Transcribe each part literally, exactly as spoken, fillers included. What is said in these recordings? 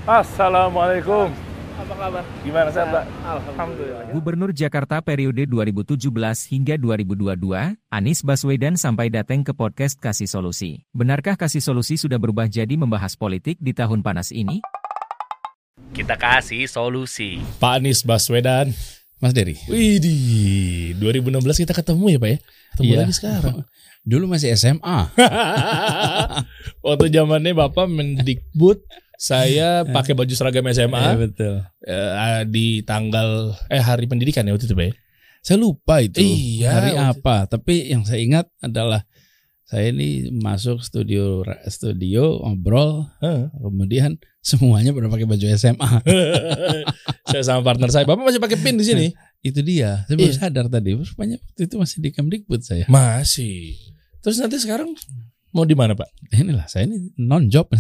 Assalamualaikum. Apa kabar? Gimana sehat, Pak? Alhamdulillah. Gubernur Jakarta periode dua ribu tujuh belas hingga dua ribu dua puluh dua, Anies Baswedan sampai datang ke podcast Kasih Solusi. Benarkah Kasih Solusi sudah berubah jadi membahas politik di tahun panas ini? Kita kasih solusi. Pak Anies Baswedan. Mas Dery. Widih, dua ribu enam belas kita ketemu ya, Pak ya? Ketemu Iya. lagi sekarang. Dulu masih S M A. Waktu zamannya Bapak Mendikbud, saya pakai baju seragam S M A. Iya, betul. eh, di tanggal eh hari pendidikan ya waktu itu, Pak ya? Saya lupa itu Iya, hari waktu- apa, tapi yang saya ingat adalah saya ini masuk studio studio ngobrol, Heeh. kemudian semuanya pada pakai baju S M A. Saya sama partner saya. Bapak masih pakai pin di sini? Itu dia. Saya baru Iya. sadar tadi. Rupanya waktu itu masih di Kemdikbud saya. Masih. Terus nanti sekarang mau di mana, Pak? Inilah saya ini non job.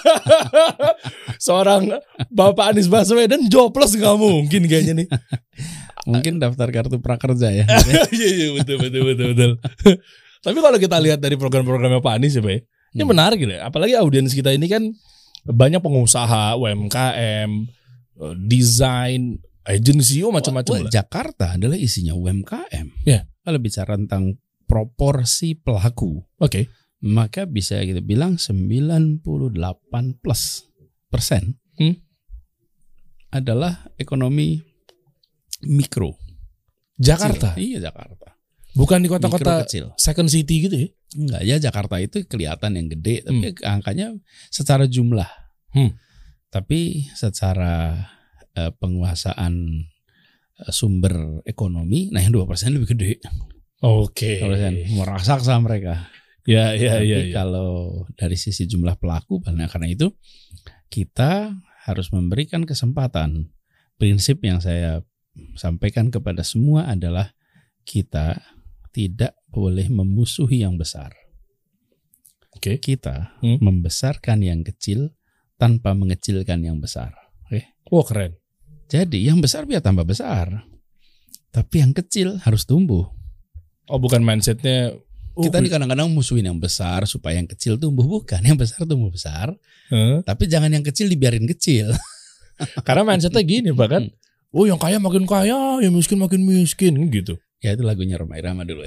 Seorang Bapak Anies Baswedan jobless nggak mungkin kayaknya nih. Mungkin daftar kartu prakerja ya. Iya iya betul betul betul betul. Tapi kalau kita lihat dari program-programnya Pak Anies ya, Pak, ya, ini Hmm. menarik gitu ya. Apalagi audiens kita ini kan banyak pengusaha, U M K M, eh, desain, agensi, oh macam-macam Wah, lah. Jakarta adalah isinya U M K M. Ya. Kalau bicara tentang proporsi pelaku, Oke. maka bisa kita bilang sembilan puluh delapan plus persen Hmm. adalah ekonomi mikro. Jakarta. Kecil. Iya, Jakarta. Bukan di Mikro kota-kota kecil. second city gitu ya. Enggak, ya Jakarta itu kelihatan yang gede, tapi angkanya secara jumlah. Hmm. Tapi secara eh, penguasaan eh, sumber ekonomi, nah yang dua persen lebih gede. Oke. dua persen meraksasa mereka. Ya ya Tapi ya. ya. kalau dari sisi jumlah pelaku, karena karena itu kita harus memberikan kesempatan. Prinsip yang saya sampaikan kepada semua adalah kita tidak boleh memusuhi yang besar. Oke. Kita Hmm. membesarkan yang kecil tanpa mengecilkan yang besar. Oke. Wah keren. Jadi yang besar biar tambah besar, tapi yang kecil harus tumbuh. Oh bukan mindsetnya. oh, Kita ini kadang-kadang musuhin yang besar supaya yang kecil tumbuh, bukan, yang besar tumbuh besar. Hah? Tapi jangan yang kecil dibiarin kecil. Karena mindsetnya gini Pak kan. Oh yang kaya makin kaya, yang miskin makin miskin gitu. Ya itu lagunya Rhoma Irama dulu ya.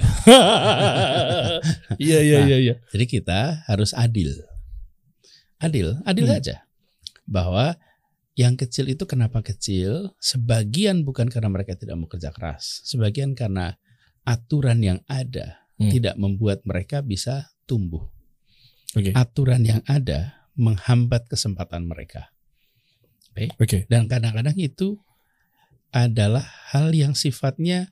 Iya iya iya iya. Jadi kita harus adil. Adil, adil Hmm. aja. Bahwa yang kecil itu kenapa kecil? Sebagian bukan karena mereka tidak mau kerja keras. Sebagian karena aturan yang ada Hmm. tidak membuat mereka bisa tumbuh. Oke. Aturan yang ada menghambat kesempatan mereka. Oke. Dan kadang-kadang itu adalah hal yang sifatnya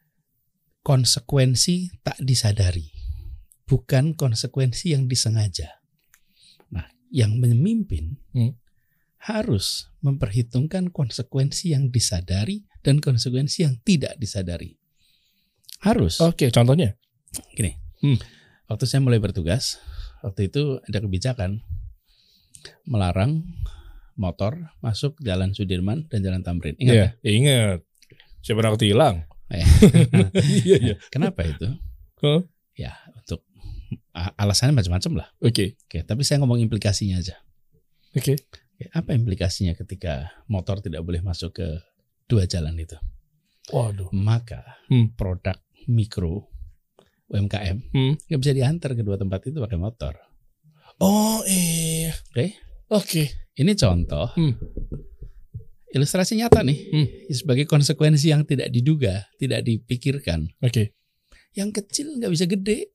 konsekuensi tak disadari, bukan konsekuensi yang disengaja. Nah, yang memimpin Hmm. harus memperhitungkan konsekuensi yang disadari dan konsekuensi yang tidak disadari. Harus. Oke, contohnya. Gini, Hmm. waktu saya mulai bertugas, waktu itu ada kebijakan melarang motor masuk Jalan Sudirman dan Jalan Tamrin. Ingat Iya, ya? ya, ingat. Siapa takut hilang? Eh, Iya iya. Kenapa itu? Huh? Ya, untuk a- alasannya macam-macam lah. Oke. Oke, tapi saya ngomong implikasinya aja. Oke. Oke, apa implikasinya ketika motor tidak boleh masuk ke dua jalan itu? Waduh. Maka Hmm. produk mikro U M K M Hmm. nggak bisa diantar ke dua tempat itu pakai motor. Oh iya. Oke, Oke. ini contoh Hmm. ilustrasi nyata nih Hmm. sebagai konsekuensi yang tidak diduga, tidak dipikirkan. Oke. Yang kecil nggak bisa gede,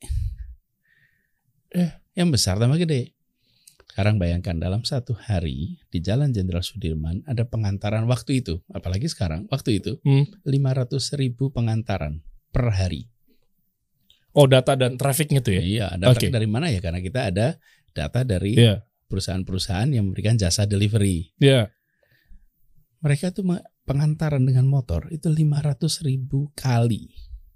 Eh. yang besar tambah gede. Sekarang bayangkan dalam satu hari di Jalan Jenderal Sudirman ada pengantaran waktu itu, apalagi sekarang waktu itu Hmm. lima ratus ribu pengantaran per hari. Oh data dan trafficnya tuh ya? Iya, data Oke. dari mana ya? Karena kita ada data dari Iya. perusahaan-perusahaan yang memberikan jasa delivery. Iya. Mereka tuh me- pengantaran dengan motor itu lima ratus ribu kali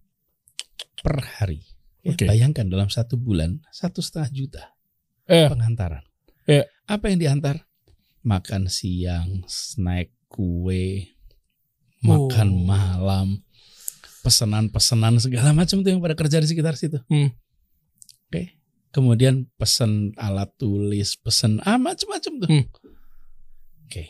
per hari. Ya, Oke. Bayangkan dalam satu bulan satu setengah juta Eh. pengantaran. Iya. Apa yang diantar? Makan siang, snack, kue, makan Oh. malam, pesanan-pesanan segala macam tuh yang pada kerja di sekitar situ. Hmm. Oke. Kemudian pesan alat tulis, pesan ah macam-macam tuh. Hmm. Oke.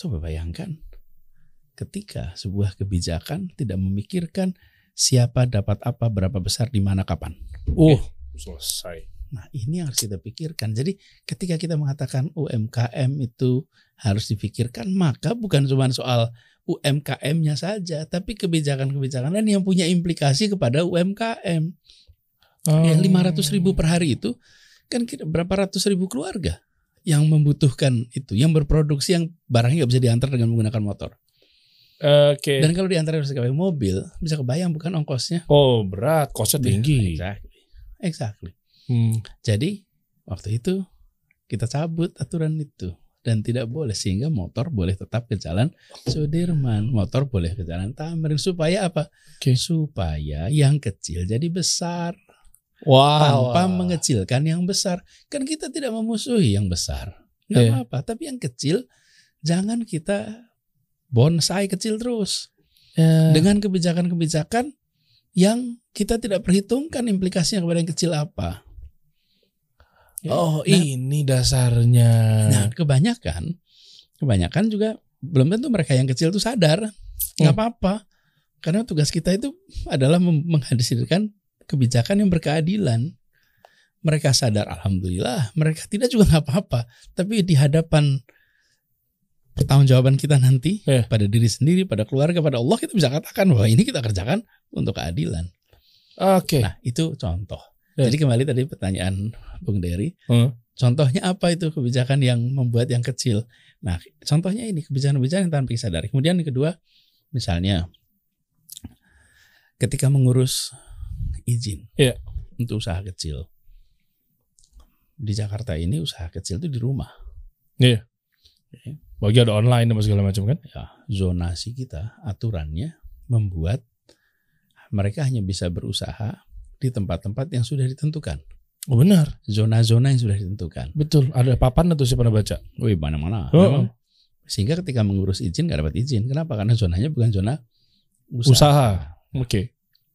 Coba bayangkan ketika sebuah kebijakan tidak memikirkan siapa dapat apa, berapa besar, di mana, kapan. Oh, selesai. Nah, ini yang harus kita pikirkan. Jadi ketika kita mengatakan U M K M itu harus dipikirkan, maka bukan cuma soal U M K M-nya saja, tapi kebijakan-kebijakan lain yang punya implikasi kepada U M K M. Oh. Yang lima ratus ribu per hari itu kan kira berapa ratus ribu keluarga yang membutuhkan itu, yang berproduksi, yang barangnya nggak bisa diantar dengan menggunakan motor. Oke. Okay. Dan kalau diantar harus pakai mobil, bisa kebayang bukan ongkosnya? Oh, berat, kosnya tinggi. Exactly. Exactly. Hmm. Jadi waktu itu kita cabut aturan itu dan tidak boleh, sehingga motor boleh tetap ke jalan Sudirman, motor boleh ke jalan Tamrin. Supaya apa? Okay. Supaya yang kecil jadi besar. Wow. Tanpa mengecilkan yang besar. Kan kita tidak memusuhi yang besar, nggak Yeah. apa-apa. Tapi yang kecil jangan kita bonsai kecil terus Yeah. dengan kebijakan-kebijakan yang kita tidak perhitungkan implikasinya kepada yang kecil apa. Ya. Oh, Nah, ini dasarnya. Nah, kebanyakan, kebanyakan juga belum tentu mereka yang kecil itu sadar. Nggak Hmm. apa-apa, karena tugas kita itu adalah mem- menghadirkan kebijakan yang berkeadilan. Mereka sadar, alhamdulillah. Mereka tidak juga nggak apa-apa. Tapi di hadapan pertanggungjawaban kita nanti, Yeah. pada diri sendiri, pada keluarga, pada Allah, kita bisa katakan bahwa ini kita kerjakan untuk keadilan. Oke. Nah, itu contoh. Yeah. Jadi kembali tadi pertanyaan Bung Dery, Hmm. contohnya apa itu kebijakan yang membuat yang kecil? Nah, contohnya ini kebijakan-kebijakan yang tanpa kita sadari. Kemudian yang kedua, misalnya ketika mengurus izin Yeah. untuk usaha kecil. Di Jakarta ini usaha kecil itu di rumah. Iya. Oke. Bagi ada online dan segala macam kan? Ya, zonasi kita, aturannya membuat mereka hanya bisa berusaha di tempat-tempat yang sudah ditentukan. Oh, benar. Zona-zona yang sudah ditentukan. Betul. Ada papan atau siapa pernah baca? Wih, mana-mana. Oh. Memang. Sehingga ketika mengurus izin gak dapat izin. Kenapa? Karena zonanya bukan zona usaha. Usaha. Oke.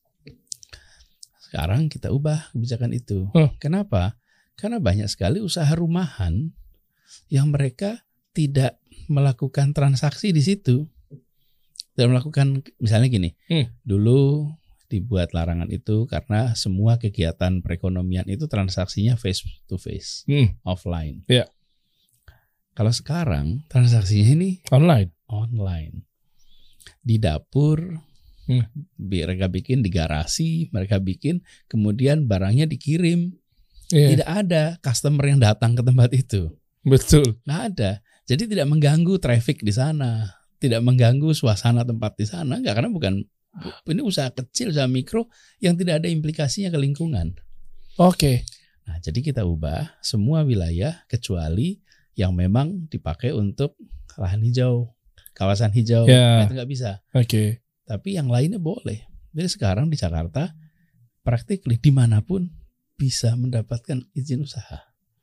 Sekarang kita ubah kebijakan itu. Hmm. Kenapa? Karena banyak sekali usaha rumahan yang mereka tidak melakukan transaksi di situ. Tidak melakukan, misalnya gini. Hmm. Dulu dibuat larangan itu karena semua kegiatan perekonomian itu transaksinya face to face, Hmm. offline. Iya. Kalau sekarang transaksinya ini Online. online. Di dapur, Hmm. mereka bikin di garasi, mereka bikin, kemudian barangnya dikirim. Iya. Tidak ada customer yang datang ke tempat itu. Betul. Nggak ada. Jadi tidak mengganggu traffic di sana, tidak mengganggu suasana tempat di sana, nggak, karena bukan, ini usaha kecil, usaha mikro yang tidak ada implikasinya ke lingkungan. Oke. Nah, jadi kita ubah semua wilayah kecuali yang memang dipakai untuk lahan hijau, kawasan hijau, Ya. nah, itu nggak bisa. Oke. Tapi yang lainnya boleh. Jadi sekarang di Jakarta, praktikly dimanapun bisa mendapatkan izin usaha.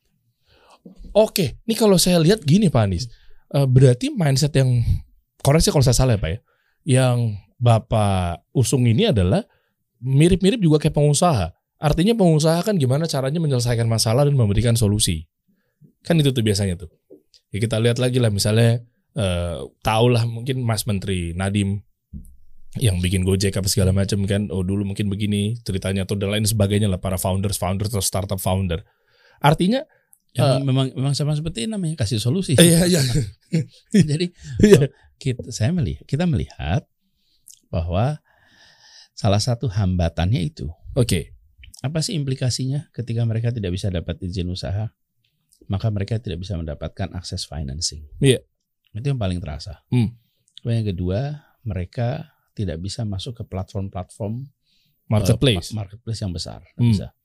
Oke. Ini kalau saya lihat gini Pak Anies. Eh, berarti mindset yang, koreksi kalau saya salah ya Pak ya, yang Bapak usung ini adalah mirip-mirip juga kayak pengusaha. Artinya pengusaha kan gimana caranya menyelesaikan masalah dan memberikan solusi. Kan itu tuh biasanya tuh. Ya kita lihat lagi lah misalnya, eh, tahulah mungkin Mas Menteri Nadiem yang bikin Gojek apa segala macam kan. Oh dulu mungkin begini ceritanya atau dan lain sebagainya lah, para founders, founders atau startup founder. Artinya Ya, Uh, memang memang sama seperti ini namanya, kasih solusi. iya iya. Jadi Iya. kita saya melihat kita melihat bahwa salah satu hambatannya itu, Oke. apa sih implikasinya ketika mereka tidak bisa dapat izin usaha? Maka mereka tidak bisa mendapatkan akses financing. Iya. Itu yang paling terasa. Hmm. Kemudian yang kedua, mereka tidak bisa masuk ke platform-platform Marketplace. uh, marketplace yang besar. Nggak Hmm. bisa.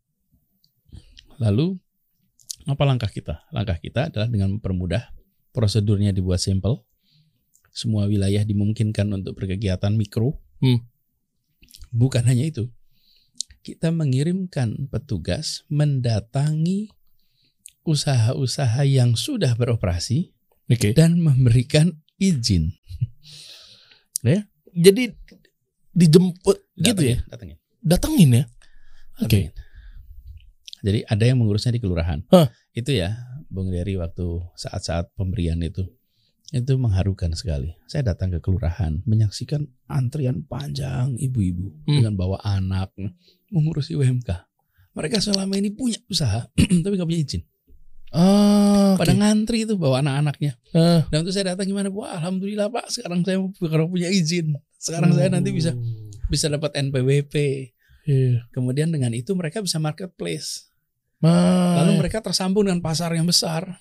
Lalu apa langkah kita? Langkah kita adalah dengan mempermudah, prosedurnya dibuat simple. Semua wilayah dimungkinkan untuk berkegiatan mikro. Hmm. Bukan hanya itu. Kita mengirimkan petugas mendatangi usaha-usaha yang sudah beroperasi Oke. dan memberikan izin. Ya, Jadi dijemput gitu ya. Datangin. Datengin ya. Oke. Datangin. Jadi ada yang mengurusnya di kelurahan. Hah. Itu ya, Bung Dery, waktu saat-saat pemberian itu Itu mengharukan sekali. Saya datang ke kelurahan, menyaksikan antrian panjang ibu-ibu hmm. dengan bawa anak mengurus I U M K. Mereka selama ini punya usaha, tapi gak punya izin. Ah, Pada okay. ngantri itu bawa anak-anaknya. Uh. Dan waktu saya datang gimana? Wah, alhamdulillah Pak, sekarang saya punya izin. Sekarang uh. saya nanti bisa bisa dapat N P W P. Yeah. Kemudian dengan itu mereka bisa marketplace. Ah, Lalu ya. mereka tersambung dengan pasar yang besar.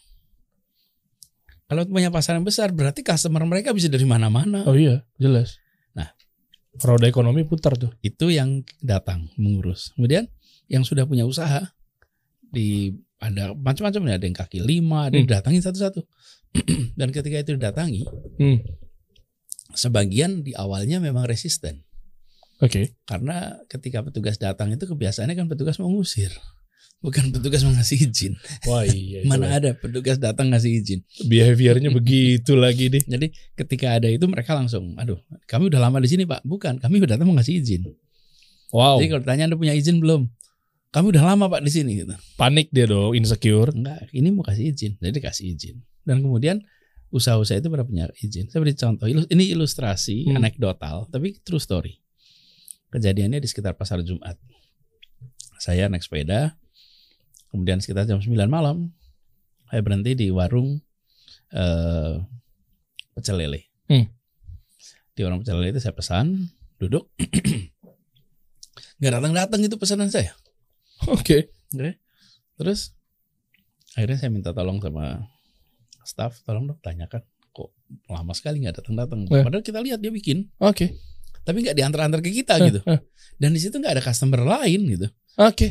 Kalau punya pasar yang besar, berarti customer mereka bisa dari mana-mana. Oh iya, jelas. Nah, roda ekonomi putar tuh. Itu yang datang mengurus. Kemudian yang sudah punya usaha, di ada macam-macam, ada yang kaki lima, ada yang hmm. datangin satu-satu. Dan ketika itu didatangi, hmm. sebagian di awalnya memang resisten. Oke. Okay. Karena ketika petugas datang itu kebiasaannya kan petugas mengusir. Bukan petugas mengasih izin. Wah iya. Mana ada petugas datang ngasih izin. Behaviornya begitu lagi deh. Jadi ketika ada itu mereka langsung, aduh, kami udah lama di sini Pak. Bukan, kami udah datang mengasih izin. Wow. Jadi kalau ditanya Anda punya izin belum? Kami udah lama Pak di sini. Gitu. Panik dia dong, insecure. Enggak, ini mau kasih izin. Jadi kasih izin. Dan kemudian usaha-usaha itu pada punya izin. Saya beri contoh. Ini ilustrasi hmm. anekdotal, tapi true story. Kejadiannya di sekitar pasar Jumat. Saya naik sepeda. Kemudian sekitar jam sembilan malam, saya berhenti di warung uh, pecel lele. Hmm. Di warung pecel lele itu saya pesan, duduk. Gak datang-datang itu pesanan saya. Oke. Okay. Terus akhirnya saya minta tolong sama staff, tolong dong tanyakan, kok lama sekali gak datang-datang. Eh. Padahal kita lihat dia bikin. Oke. Okay. Tapi gak diantar-antar ke kita eh, gitu. Eh. Dan di situ gak ada customer lain gitu. Oke. Okay.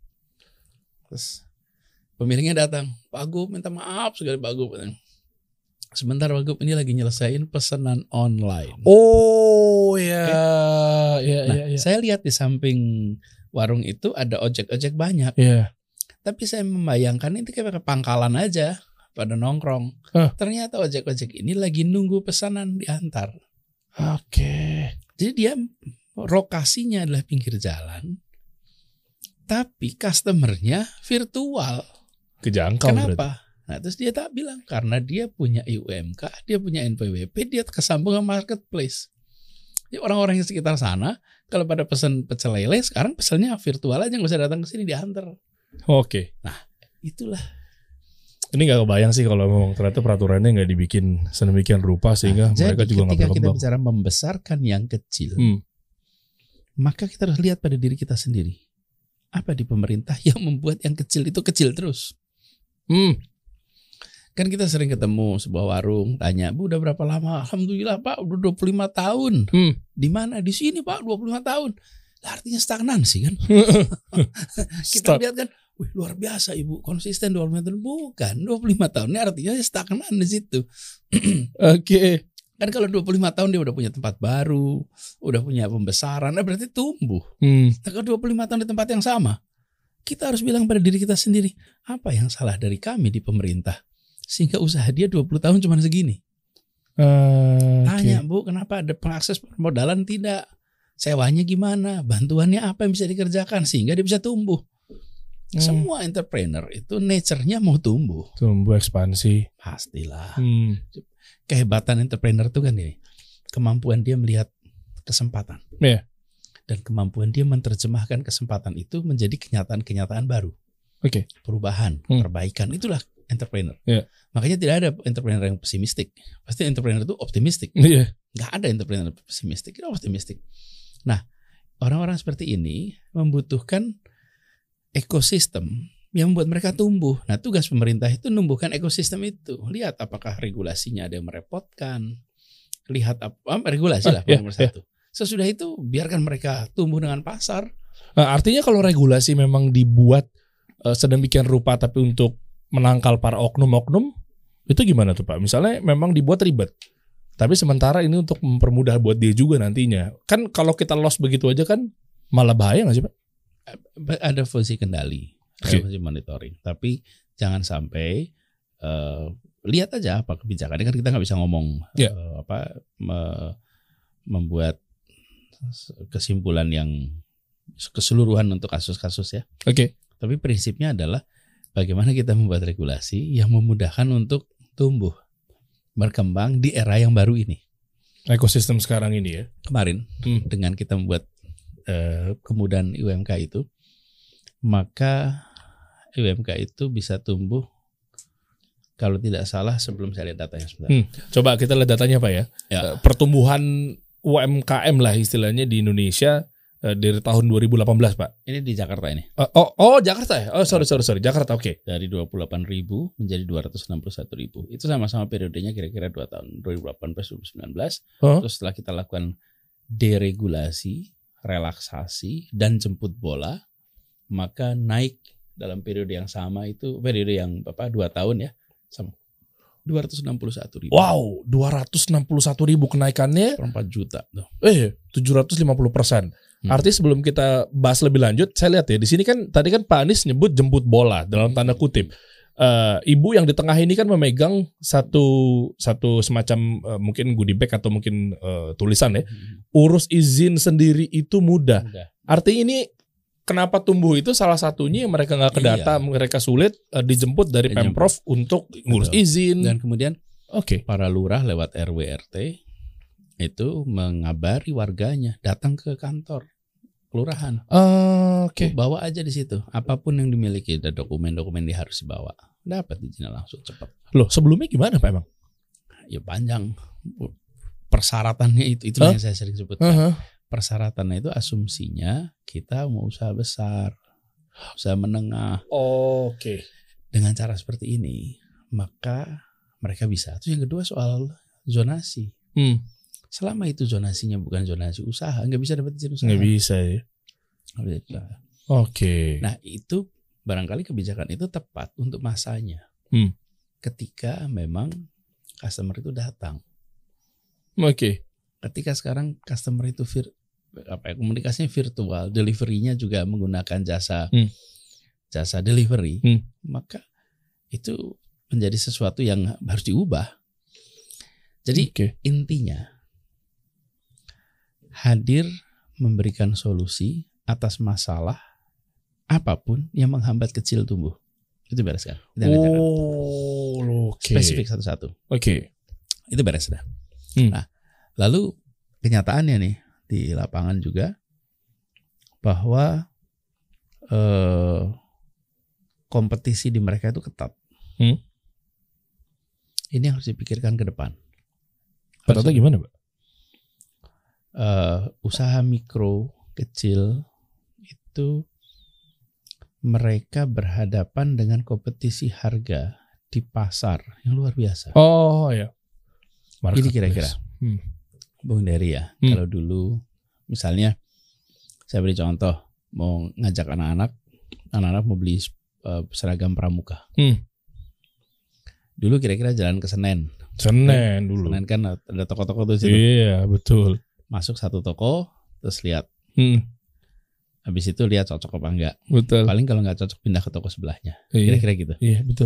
Terus pemiliknya datang, Pak Gub minta maaf sekali Pak Gub. Sebentar Pak Gub, ini lagi nyelesain pesanan online. Oh ya, ya, nah, ya, ya. Saya lihat di samping warung itu ada ojek-ojek banyak. Ya. Tapi saya membayangkan itu kayak pangkalan aja pada nongkrong. Huh. Ternyata ojek-ojek ini lagi nunggu pesanan diantar. Oke. Okay. Jadi dia lokasinya adalah pinggir jalan. Tapi customernya virtual. Kejangkau. Kenapa? Berarti. Nah terus dia tak bilang karena dia punya I U M K, dia punya N P W P, dia kesambung sama marketplace. Jadi orang-orang yang sekitar sana kalau pada pesan pecel lele sekarang pesannya virtual aja, nggak usah datang ke sini diantar. Oke. Okay. Nah itulah. Ini nggak kebayang sih kalau memang ternyata peraturannya nggak dibikin sedemikian rupa sehingga nah, mereka juga nggak berkembang. Ketika kita bicara membesarkan yang kecil, hmm. maka kita harus lihat pada diri kita sendiri. Apa di pemerintah yang membuat yang kecil itu kecil terus? Hmm. Kan kita sering ketemu sebuah warung, tanya, Bu udah berapa lama? Alhamdulillah Pak, udah dua puluh lima tahun. Hmm. Di mana? Di sini Pak, dua puluh lima tahun. Lah, artinya stagnansi kan? Kita lihat kan, wih luar biasa Ibu, konsisten dua puluh lima tahun. Bukan, dua puluh lima tahun ini artinya stagnan di situ. Oke. Okay. Kan kalau dua puluh lima tahun dia udah punya tempat baru, udah punya pembesaran, nah berarti tumbuh. Hmm. Nah, kalau dua puluh lima tahun di tempat yang sama, kita harus bilang pada diri kita sendiri, apa yang salah dari kami di pemerintah? Sehingga usaha dia dua puluh tahun cuma segini. Uh, Tanya, okay. Bu, kenapa ada pengakses permodalan tidak? Sewanya gimana? Bantuannya apa yang bisa dikerjakan? Sehingga dia bisa tumbuh. Hmm. Semua entrepreneur itu nature-nya mau tumbuh. Tumbuh, ekspansi. Pastilah. Hmm. Kehebatan entrepreneur itu kan ini, kemampuan dia melihat kesempatan, yeah. dan kemampuan dia menerjemahkan kesempatan itu menjadi kenyataan-kenyataan baru, okay. perubahan, hmm. perbaikan, itulah entrepreneur. Yeah. Makanya tidak ada entrepreneur yang pesimistik, pasti entrepreneur itu optimistik. Yeah. Nggak ada entrepreneur pesimistik, itu optimistik. Nah, orang-orang seperti ini membutuhkan ekosistem yang membuat mereka tumbuh. Nah, tugas pemerintah itu numbuhkan ekosistem itu. Lihat apakah regulasinya ada yang merepotkan. Lihat apa regulasi lah ah, nomor ya, satu. Ya. Sesudah itu biarkan mereka tumbuh dengan pasar. Nah, artinya kalau regulasi memang dibuat uh, sedemikian rupa tapi untuk menangkal para oknum-oknum, itu gimana tuh Pak? Misalnya memang dibuat ribet. Tapi sementara ini untuk mempermudah buat dia juga nantinya. Kan kalau kita loss begitu aja kan malah bahaya nggak sih Pak? Ada fungsi kendali. Okay. Masih monitoring, tapi jangan sampai uh, lihat aja apa kebijakannya, kan kita nggak bisa ngomong yeah. uh, apa me, membuat kesimpulan yang keseluruhan untuk kasus-kasus ya. Oke. Okay. Tapi prinsipnya adalah bagaimana kita membuat regulasi yang memudahkan untuk tumbuh. berkembang di era yang baru ini. Ekosistem sekarang ini ya. Kemarin Hmm. dengan kita membuat uh, kemudahan U M K itu, maka U M K itu bisa tumbuh kalau tidak salah sebelum saya lihat datanya sebentar. Hmm. Coba kita lihat datanya Pak ya. Ya. Eh, Pertumbuhan U M K M lah istilahnya di Indonesia eh, dari tahun dua ribu delapan belas Pak. Ini di Jakarta ini. Eh, oh, oh Jakarta ya. Oh sorry sorry sorry Jakarta oke. Dari dua puluh delapan ribu menjadi dua ratus enam puluh satu ribu. Itu sama-sama periodenya kira-kira dua tahun, dua ribu delapan belas dua ribu sembilan belas. Oh. Terus setelah kita lakukan deregulasi, relaksasi, dan jemput bola, maka naik dalam periode yang sama itu, periode yang apa dua tahun ya, sama dua ratus enam puluh satu ribu. Wow, dua ratus enam puluh satu ribu kenaikannya. empat juta tuh. Eh, tujuh ratus lima puluh persen. Hmm. Artinya sebelum kita bahas lebih lanjut, saya lihat ya di sini kan tadi kan Pak Anies nyebut jemput bola dalam tanda kutip. Uh, ibu yang di tengah ini kan memegang satu satu semacam uh, mungkin goodie bag atau mungkin uh, tulisan ya. Urus izin sendiri itu mudah. Udah. Artinya ini kenapa tumbuh itu salah satunya mereka nggak kedata, Iya. mereka sulit uh, dijemput dari Dijemput. Pemprov untuk ngurus Betul. izin. Dan kemudian Oke. para lurah lewat R W R T itu mengabari warganya datang ke kantor kelurahan. Uh, Oke. Bawa aja di situ. Apapun yang dimiliki, ada dokumen-dokumen yang harus dibawa. Dapat izinnya langsung cepat. Loh sebelumnya gimana Pak emang? Ya panjang. Persyaratannya itu itu Huh? yang saya sering sebutkan. Uh-huh. Persyaratannya itu asumsinya kita mau usaha besar, usaha menengah. Oke. Dengan cara seperti ini, maka mereka bisa. Terus yang kedua soal zonasi. Hmm. Selama itu zonasinya bukan zonasi usaha, nggak bisa dapat izin usaha. Nggak bisa ya. Nggak bisa usaha. Oke. Nah itu barangkali kebijakan itu tepat untuk masanya. Hmm. Ketika memang customer itu datang. Oke. Ketika sekarang customer itu vir, apa ya, komunikasinya virtual, deliverynya juga menggunakan jasa Hmm. jasa delivery, Hmm. maka itu menjadi sesuatu yang harus diubah. Jadi Oke. intinya hadir memberikan solusi atas masalah apapun yang menghambat kecil tumbuh. Itu beres kan? Itu yang dikerjakan. Oh, oke. Spesifik satu-satu. Oke. Itu beres dah. Hmm. Nah, lalu kenyataannya nih di lapangan juga bahwa eh, kompetisi di mereka itu ketat. Hmm. Ini harus dipikirkan ke depan. Ketatnya gimana, Pak? Uh, usaha mikro kecil itu mereka berhadapan dengan kompetisi harga di pasar yang luar biasa. Oh ya. Jadi kira-kira, Hmm. Bung Dery ya, Hmm. kalau dulu misalnya saya beri contoh, mau ngajak anak-anak, anak-anak mau beli uh, seragam pramuka. Hmm. Dulu kira-kira jalan ke Senen. Senen dulu. Senen kan ada toko-toko tuh situ. Iya, betul. Masuk satu toko, terus lihat. Hmm. Habis itu lihat cocok apa enggak. Betul. Paling kalau nggak cocok pindah ke toko sebelahnya. Iya. Kira-kira gitu. Iya, betul.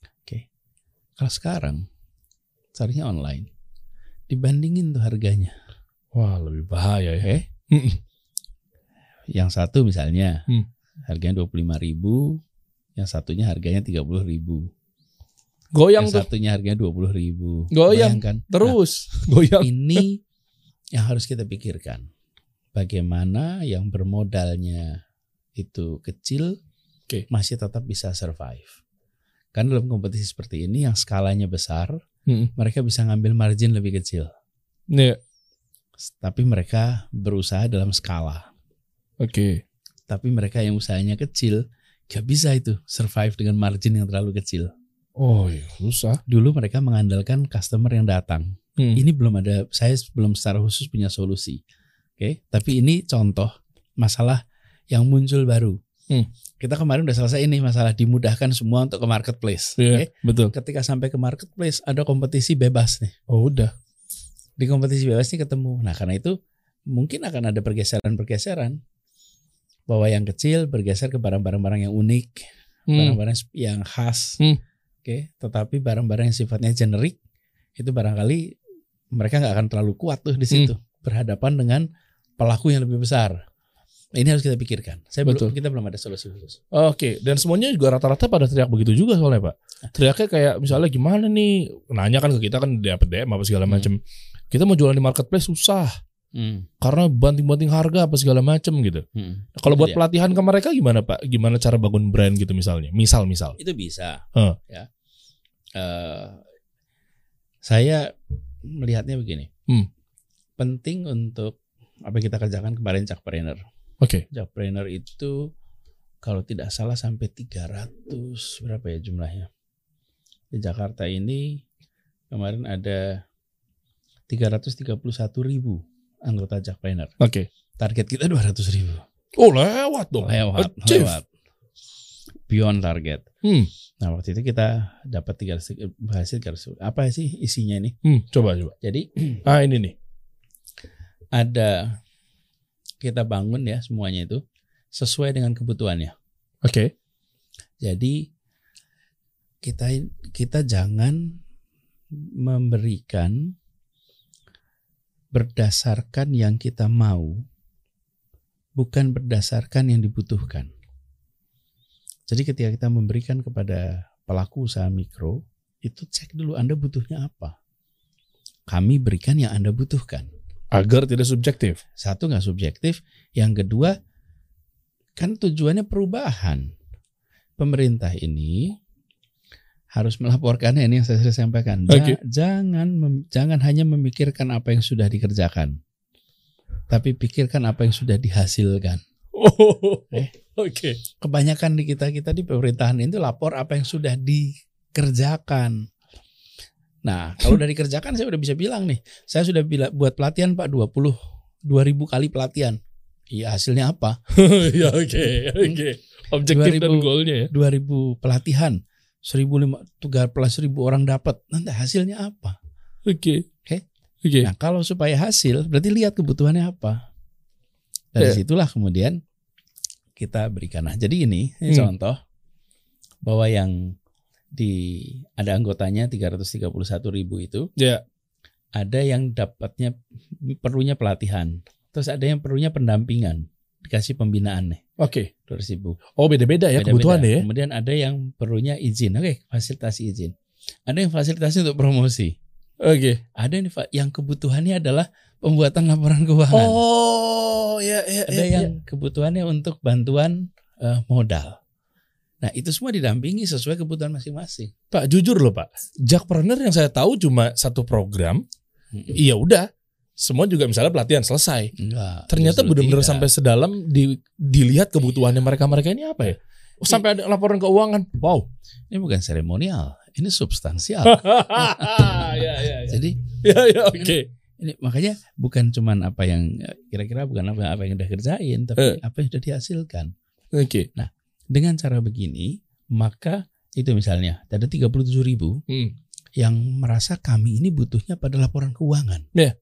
Kalau sekarang carinya online, dibandingin tuh harganya. Wah, lebih bahaya ya. Eh, Hmm. yang satu misalnya Hmm. harganya dua puluh lima ribu, yang satunya harganya tiga puluh ribu. Goyang Yang tuh. satunya harganya dua puluh ribu. Goyang. Bayangkan. Terus Nah, goyang. ini yang harus kita pikirkan. Bagaimana yang bermodalnya itu kecil Oke. masih tetap bisa survive. Kan dalam kompetisi seperti ini yang skalanya besar, Hmm. mereka bisa ngambil margin lebih kecil. Iya. Tapi mereka berusaha dalam skala. Oke. Tapi mereka yang usahanya kecil gak bisa itu survive dengan margin yang terlalu kecil. Oh, iya, susah. Dulu mereka mengandalkan customer yang datang. Hmm. Ini belum ada, saya belum secara khusus punya solusi. Oke, tapi ini contoh masalah yang muncul baru. Hmm. Kita kemarin udah selesai ini masalah dimudahkan semua untuk ke marketplace. Iya, Oke? betul. Ketika sampai ke marketplace ada kompetisi bebas nih. Oh, udah. Di kompetisi bebas ini ketemu. Nah, karena itu mungkin akan ada pergeseran-pergeseran bahwa yang kecil bergeser ke barang-barang yang unik, Hmm. barang-barang yang khas. Hmm. Oke, tetapi barang-barang yang sifatnya generik itu barangkali mereka nggak akan terlalu kuat tuh di situ, berhadapan dengan pelaku yang lebih besar. Ini harus kita pikirkan. Saya Betul. belum, kita belum ada solusi khusus. Oke, dan semuanya juga rata-rata pada teriak begitu juga soalnya Pak. Teriaknya kayak misalnya gimana nih, nanya kan ke kita kan dapat D M apa segala macam. Kita mau jualan di marketplace susah Hmm. karena banting-banting harga apa segala macam gitu. Hmm. Nah, kalau Itu buat dia. pelatihan ke mereka gimana Pak? Gimana cara bangun brand gitu misalnya? Misal-misal. Itu bisa. Huh. Ya. Uh, saya melihatnya begini. Hmm. Penting untuk apa yang kita kerjakan kemarin Jakpreneur. Oke. Jakpreneur itu kalau tidak salah sampai tiga ratus berapa ya jumlahnya. Di Jakarta ini kemarin ada tiga ratus tiga puluh satu ribu anggota Jakpreneur. Oke. Target kita dua ratus ribu. Oh lewat dong. Lewat, Achieve. lewat. Beyond target. Hmm. Nah waktu itu kita dapat tiga ratus berhasil tiga ratus. Apa sih isinya ini? Hmm. Coba coba. Jadi Ah ini nih. ada kita bangun ya semuanya itu sesuai dengan kebutuhannya. Oke. Jadi kita kita jangan memberikan berdasarkan yang kita mau, bukan berdasarkan yang dibutuhkan. Jadi ketika kita memberikan kepada pelaku usaha mikro, itu cek dulu Anda butuhnya apa. Kami berikan yang Anda butuhkan. Agar tidak subjektif. Satu, nggak subjektif. Yang kedua, kan tujuannya perubahan. Pemerintah ini harus melaporkannya, ini yang saya sudah sampaikan. Ja- Oke. Jangan mem- jangan hanya memikirkan apa yang sudah dikerjakan, tapi pikirkan apa yang sudah dihasilkan. Oh. Eh. Oke. Kebanyakan di kita kita di pemerintahan itu lapor apa yang sudah dikerjakan. Nah, kalau udah dikerjakan saya udah bisa bilang nih, saya sudah bila, buat pelatihan Pak dua puluh dua ribu kali pelatihan. Iya, hasilnya apa? Ya oke, oke. Objektif dan dua ribu goalnya ya. dua ribu pelatihan, seribu lima ratus ribu orang dapat. Nanti hasilnya apa? Oke. Oke. Oke. Nah, kalau supaya hasil berarti lihat kebutuhannya apa. Dari Ya. situlah kemudian kita berikan. Nah, jadi ini, ini Hmm. contoh bahwa yang di ada anggotanya tiga ratus tiga puluh satu ribu itu, Ya. ada yang dapatnya perlunya pelatihan, terus ada yang perlunya pendampingan, dikasih pembinaan nih Oke. dua ratus ribu. Oh beda-beda ya Beda-beda. kebutuhannya ya. Kemudian ada yang perlunya izin, oke, fasilitasi izin. Ada yang fasilitasi untuk promosi. Oke. Ada yang, yang kebutuhannya adalah pembuatan laporan keuangan. Oh ya ya. Ada yang kebutuhannya untuk bantuan uh, modal. Nah, itu semua didampingi sesuai kebutuhan masing-masing. Pak jujur loh Pak, Jakpreneur yang saya tahu cuma satu program. Iya udah, semua juga misalnya pelatihan selesai. Enggak. Ternyata justru benar-benar tidak. sampai sedalam di, dilihat kebutuhannya mereka-mereka ini apa ya? Oh, sampai ada laporan keuangan. Wow. Ini bukan seremonial, ini substansial. ya ya ya. Jadi Ya ya oke. ini makanya bukan cuman apa yang kira-kira bukan apa, apa yang udah kerjain, tapi Eh. apa yang sudah dihasilkan. Oke. Dengan cara begini, maka itu misalnya ada tiga puluh tujuh ribu Hmm. yang merasa kami ini butuhnya pada laporan keuangan. Ya.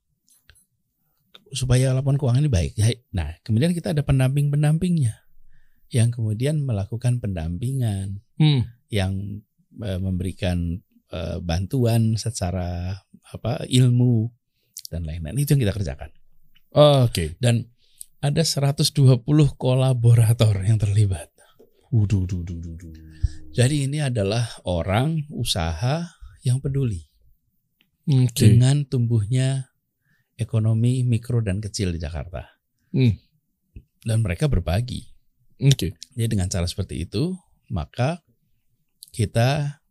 Supaya laporan keuangan ini baik. Nah, kemudian kita ada pendamping-pendampingnya yang kemudian melakukan pendampingan, Hmm. yang uh, memberikan uh, bantuan secara apa ilmu dan lain-lain. Itu yang kita kerjakan. Oke. Dan ada seratus dua puluh kolaborator yang terlibat. Waduh, duh, duh, duh, duh. Jadi ini adalah orang usaha yang peduli Oke. dengan tumbuhnya ekonomi mikro dan kecil di Jakarta. Hmm. Dan mereka berbagi. Oke. Jadi dengan cara seperti itu, maka kita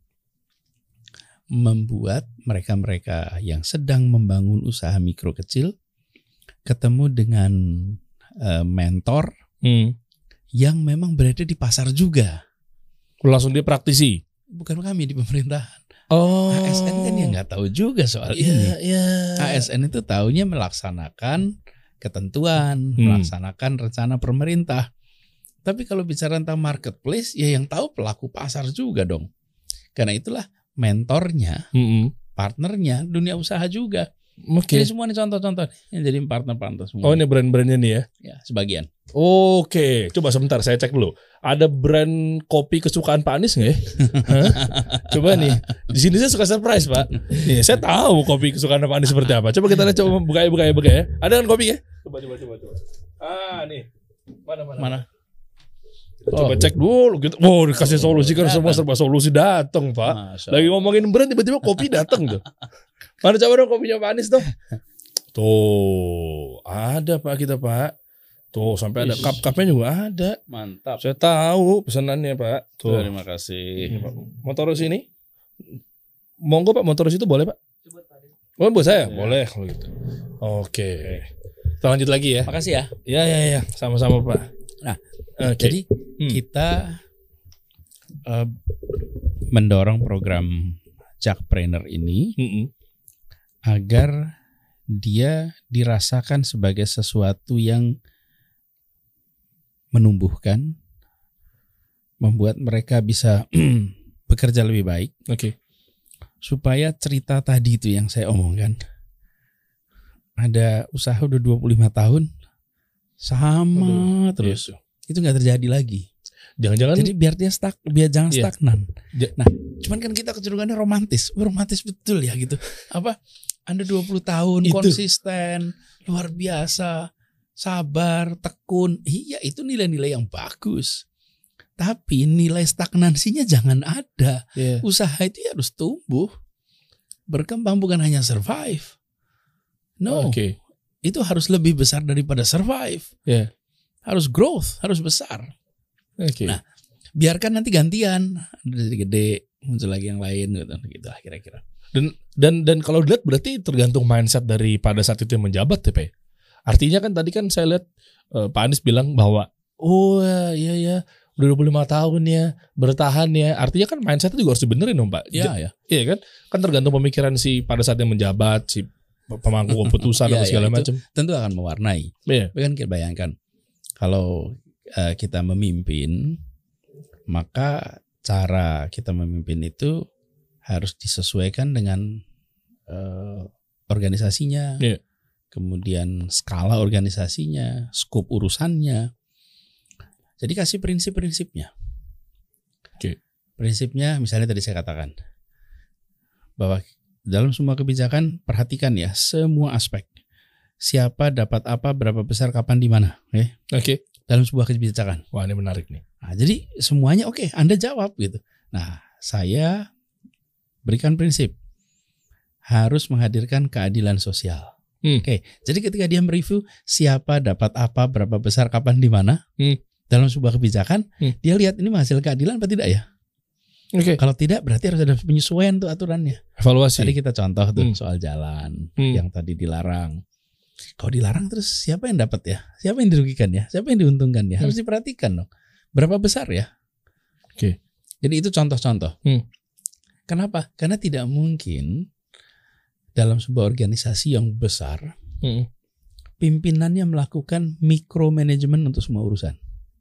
membuat mereka-mereka yang sedang membangun usaha mikro kecil ketemu dengan uh, mentor Hmm. yang memang berada di pasar juga. Langsung dia praktisi. Bukan kami di pemerintahan. Oh. A S N kan ya nggak tahu juga soal ini. Iya, iya. A S N itu taunya melaksanakan ketentuan, Hmm. melaksanakan rencana pemerintah. Tapi kalau bicara tentang marketplace, ya yang tahu pelaku pasar juga dong. Karena itulah mentornya, Mm-mm. partnernya dunia usaha juga. Oke. Ini semua nih contoh-contoh yang jadi partner-partner semua. Oh ini brand-brandnya nih ya. Ya, sebagian. Oke, coba sebentar saya cek dulu. Ada brand kopi kesukaan Pak Anies nggak ya? Hah? Coba nih, di sini saya suka surprise Pak. Nih, saya tahu kopi kesukaan Pak Anies seperti apa. Coba kita lihat, coba buka ya, buka ya, buka ya. Ada kan kopi ya? Coba, coba, coba, coba. Ah, nih. Mana mana. Mana? Coba Oh. cek dulu gitu. Wow, dikasih Oh, solusi kan semua datang. serba solusi datang, Pak. Masya Lagi Allah. ngomongin brand tiba-tiba kopi datang tuh. Mana coba dong kopinya Pak Anies dong. Tuh, ada Pak kita Pak. Tuh, sampai ada Ish. cup-cupnya juga ada. Mantap. Saya tahu pesanannya Pak. Tuh. Terima kasih. Ini, Pak. Motor sini. Monggo Pak, motor itu boleh Pak? Oh, buat saya? Ya. Boleh kalau gitu. Oke. Kita lanjut lagi ya. Makasih ya. Ya, ya, ya. Sama-sama Pak. Nah, Oke. Jadi Hmm. kita uh, mendorong program Jakpreneur ini Mm-mm. agar dia dirasakan sebagai sesuatu yang menumbuhkan, membuat mereka bisa bekerja lebih baik, Oke. supaya cerita tadi itu yang saya omongkan, ada usaha udah dua puluh lima tahun sama Aduh, terus, iya. itu nggak terjadi lagi. Jangan-jangan Jadi biar dia stuck, biar jangan Iya. stagnan. Ja- Nah, cuman kan kita kecenderungannya romantis, Wah, romantis betul ya gitu. Apa? Anda dua puluh tahun Itu. konsisten, luar biasa, sabar, tekun. Iya, itu nilai-nilai yang bagus. Tapi nilai stagnansinya jangan ada. Iya. Usaha itu harus tumbuh, berkembang, bukan hanya survive. No, Oke. itu harus lebih besar daripada survive. Iya. Harus growth, harus besar. Oke. Nah, biarkan nanti gantian, dari gede muncul lagi yang lain gitu, gitulah kira-kira. Dan dan dan kalau dilihat berarti tergantung mindset dari pada saat itu yang menjabat ya Pak. ya? Artinya kan tadi kan saya lihat eh, Pak Anies bilang bahwa oh ya iya ya udah dua puluh lima tahun ya bertahan ya. Artinya kan mindsetnya juga harus dibenerin dong Pak. Ya, Ja- ya. Iya kan? Kan tergantung pemikiran si pada saat yang menjabat si pemangku keputusan Iya, atau segala iya, itu macam. tentu akan mewarnai. Iya. Tapi kan kita bayangkan kalau uh, kita memimpin, maka cara kita memimpin itu harus disesuaikan dengan uh, organisasinya, Iya. kemudian skala organisasinya, skop urusannya. Jadi kasih prinsip-prinsipnya. Oke. Prinsipnya misalnya tadi saya katakan bahwa dalam semua kebijakan perhatikan ya semua aspek. Siapa dapat apa, berapa besar, kapan, di mana, ya. Oke. Dalam sebuah kebijakan. Wah, ini menarik nih. Nah, jadi semuanya oke, Anda jawab gitu. Nah, saya berikan prinsip harus menghadirkan keadilan sosial. Hmm. Oke, jadi ketika dia mereview siapa dapat apa, berapa besar, kapan, di mana, Hmm. dalam sebuah kebijakan, Hmm. dia lihat ini menghasil keadilan apa tidak ya? Oke. Kalau tidak, berarti harus ada penyesuaian tuh aturannya. Evaluasi. Tadi kita contoh tuh Hmm. soal jalan Hmm. yang tadi dilarang. Kalau dilarang terus siapa yang dapat ya? Siapa yang dirugikan ya? Siapa yang diuntungkan ya? Harus diperhatikan dong. Berapa besar ya? Oke. Jadi itu contoh-contoh. Hmm. Kenapa? Karena tidak mungkin dalam sebuah organisasi yang besar Mm. pimpinannya melakukan micromanagement untuk semua urusan.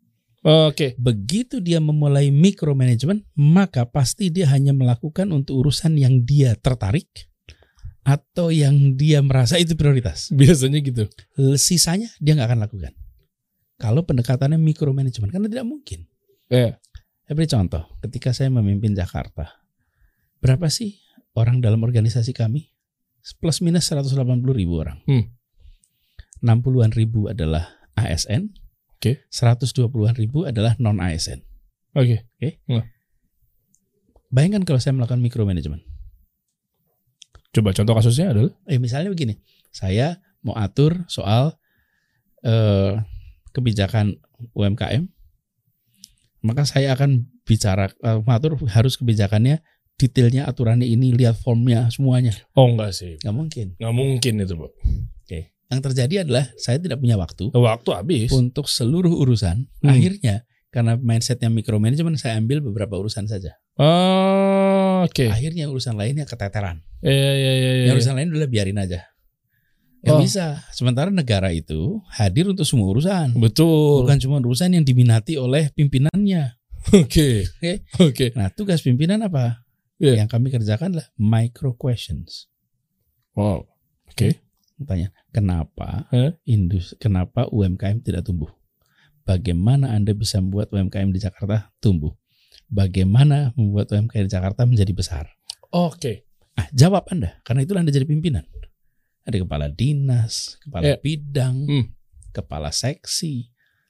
Oke. Begitu dia memulai micromanagement, maka pasti dia hanya melakukan untuk urusan yang dia tertarik atau yang dia merasa itu prioritas. Biasanya gitu. Sisanya dia nggak akan lakukan. Kalau pendekatannya micromanagement, karena tidak mungkin. Iya. Saya beri contoh, ketika saya memimpin Jakarta, berapa sih orang dalam organisasi kami? Plus minus seratus delapan puluh ribu orang. Hmm. enam puluhan ribu adalah A S N, Oke. seratus dua puluhan ribu adalah non A S N. Oke. Bayangkan kalau saya melakukan micromanagement. Coba contoh kasusnya adalah Eh misalnya begini, saya mau atur soal eh, kebijakan U M K M, maka saya akan bicara eh, mengatur harus kebijakannya, detailnya, aturannya ini, lihat formnya semuanya. oh enggak sih. Nggak mungkin. Nggak mungkin itu, Pak. Oke. Yang terjadi adalah saya tidak punya waktu Waktu habis. untuk seluruh urusan. Hmm. Akhirnya karena mindsetnya micromanagement, saya ambil beberapa urusan saja. Oh, oke. Akhirnya urusan lainnya keteteran. Iya, iya, iya, iya. Yang urusan lain udah biarin aja. Gak Oh. bisa. Sementara negara itu hadir untuk semua urusan. Betul. Bukan cuma urusan yang diminati oleh pimpinannya. Oke. Oke. Oke. Nah, tugas pimpinan apa? Iya. Yang kami kerjakan adalah micro questions. Wow. Oke. Tanya, kenapa Hah? industri, kenapa U M K M tidak tumbuh? Bagaimana Anda bisa membuat U M K M di Jakarta tumbuh? Bagaimana membuat U M K M di Jakarta menjadi besar? Oke. Ah, jawab Anda, karena itulah Anda jadi pimpinan. Ada kepala dinas, kepala Ya. bidang, Hmm. kepala seksi,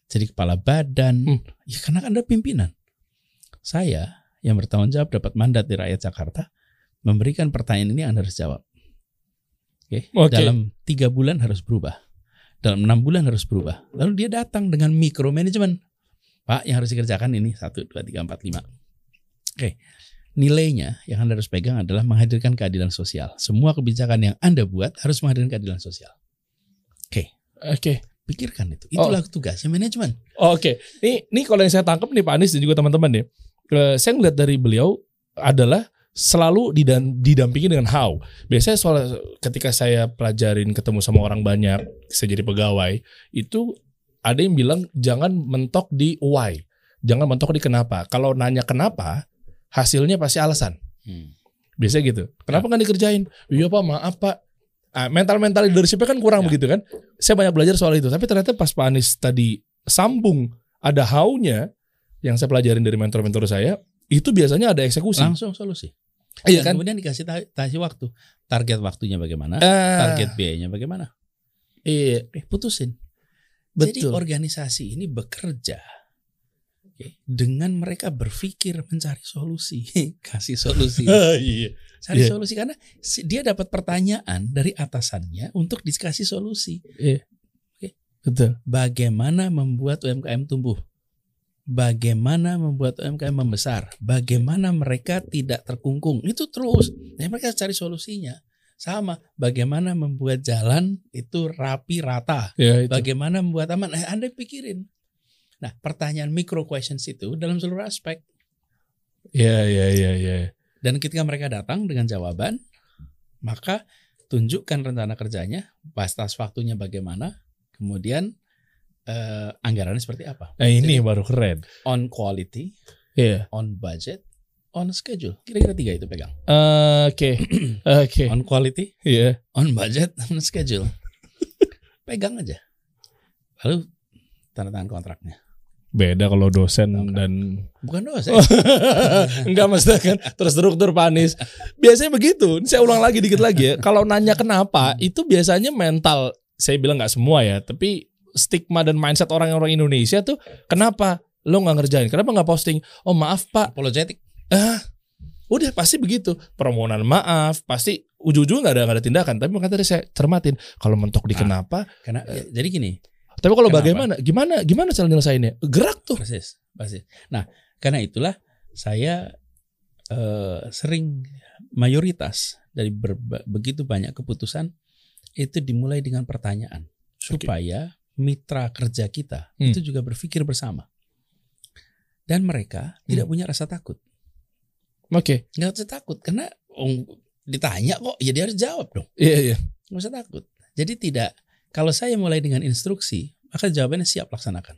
jadi kepala badan. Hmm. Ya karena Anda pimpinan. Saya yang bertanggung jawab dapat mandat dari rakyat Jakarta memberikan pertanyaan ini Anda harus jawab. Oke. Oke. Dalam tiga bulan harus berubah. Dalam enam bulan harus berubah. Lalu dia datang dengan micromanagement. Pak, yang harus dikerjakan ini satu, dua, tiga, empat, lima. Oke. Nilainya yang Anda harus pegang adalah menghadirkan keadilan sosial. Semua kebijakan yang Anda buat harus menghadirkan keadilan sosial. Oke. Oke. Pikirkan itu. Itulah tugasnya manajemen. Oh, Oke. Nih, nih kalau yang saya tangkap nih Pak Anies dan juga teman-teman nih. eh, Saya ngeliat dari beliau adalah selalu didam- didampingi dengan how. Biasanya soal ketika saya pelajarin ketemu sama orang banyak, saya jadi pegawai, itu ada yang bilang jangan mentok di why. Jangan mentok di kenapa. Kalau nanya kenapa, hasilnya pasti alasan. Hmm. Biasanya gitu. Kenapa nggak dikerjain? Iya Pak, maaf Pak. Ah, mental-mental leadership-nya kan kurang Ya. begitu kan. Saya banyak belajar soal itu. Tapi ternyata pas Pak Anies tadi sambung ada how-nya yang saya pelajarin dari mentor-mentor saya, itu biasanya ada eksekusi. Langsung solusi. Iya Dan kan? kemudian dikasih ta- kasih waktu. Target waktunya bagaimana? Ah, Target biayanya bagaimana? Iya, Oke, putusin. Jadi betul. organisasi ini bekerja oke, dengan mereka berpikir mencari solusi, kasih solusi, Iya. cari Iya. solusi karena si- dia dapat pertanyaan dari atasannya untuk dikasih solusi. Betul. Bagaimana membuat U M K M tumbuh? Bagaimana membuat U M K M membesar? Bagaimana mereka tidak terkungkung? Itu terus. Nah, mereka cari solusinya. Sama, bagaimana membuat jalan itu rapi rata? Ya, itu. Bagaimana membuat aman? Eh, Anda pikirin. Nah, pertanyaan micro questions itu dalam seluruh aspek. Ya, ya, ya, ya. Dan ketika mereka datang dengan jawaban, maka tunjukkan rencana kerjanya, batas waktunya bagaimana, kemudian eh, anggarannya seperti apa. Nah, ini Jadi, baru keren. on quality, Iya. on budget, on schedule. Kira-kira tiga itu pegang. Eh, Oke. Oke. On quality, Iya. on budget, on schedule. Pegang aja. Lalu tanda tangan kontraknya. Beda kalau dosen Kontrak. dan Bukan dosen. enggak mesti kan terstruktur Pak Anies. Biasanya begitu. Saya ulang lagi dikit lagi ya. Kalau nanya kenapa, itu biasanya mental. Saya bilang nggak semua ya, tapi stigma dan mindset orang-orang Indonesia tuh kenapa lo nggak ngerjain? Kenapa nggak posting? Oh maaf Pak. Apologetic. Ah, udah pasti begitu. Permohonan maaf, pasti ujung-ujung nggak ada nggak ada tindakan. Tapi makanya tadi saya cermatin. Kalau mentok di Ah. kenapa? Karena ya, jadi gini. Tapi kalau Kenapa? bagaimana? Gimana? Gimana cara nyelesainnya? Gerak tuh. Persis, persis. Nah, karena itulah saya eh, sering mayoritas dari berba- begitu banyak keputusan itu dimulai dengan pertanyaan supaya mitra kerja kita Hmm. itu juga berpikir bersama dan mereka tidak punya rasa takut. Oke. Nggak usah takut karena oh, ditanya kok ya dia harus jawab dong. Iya iya. Nggak usah takut. Jadi tidak. Kalau saya mulai dengan instruksi, maka jawabannya siap laksanakan.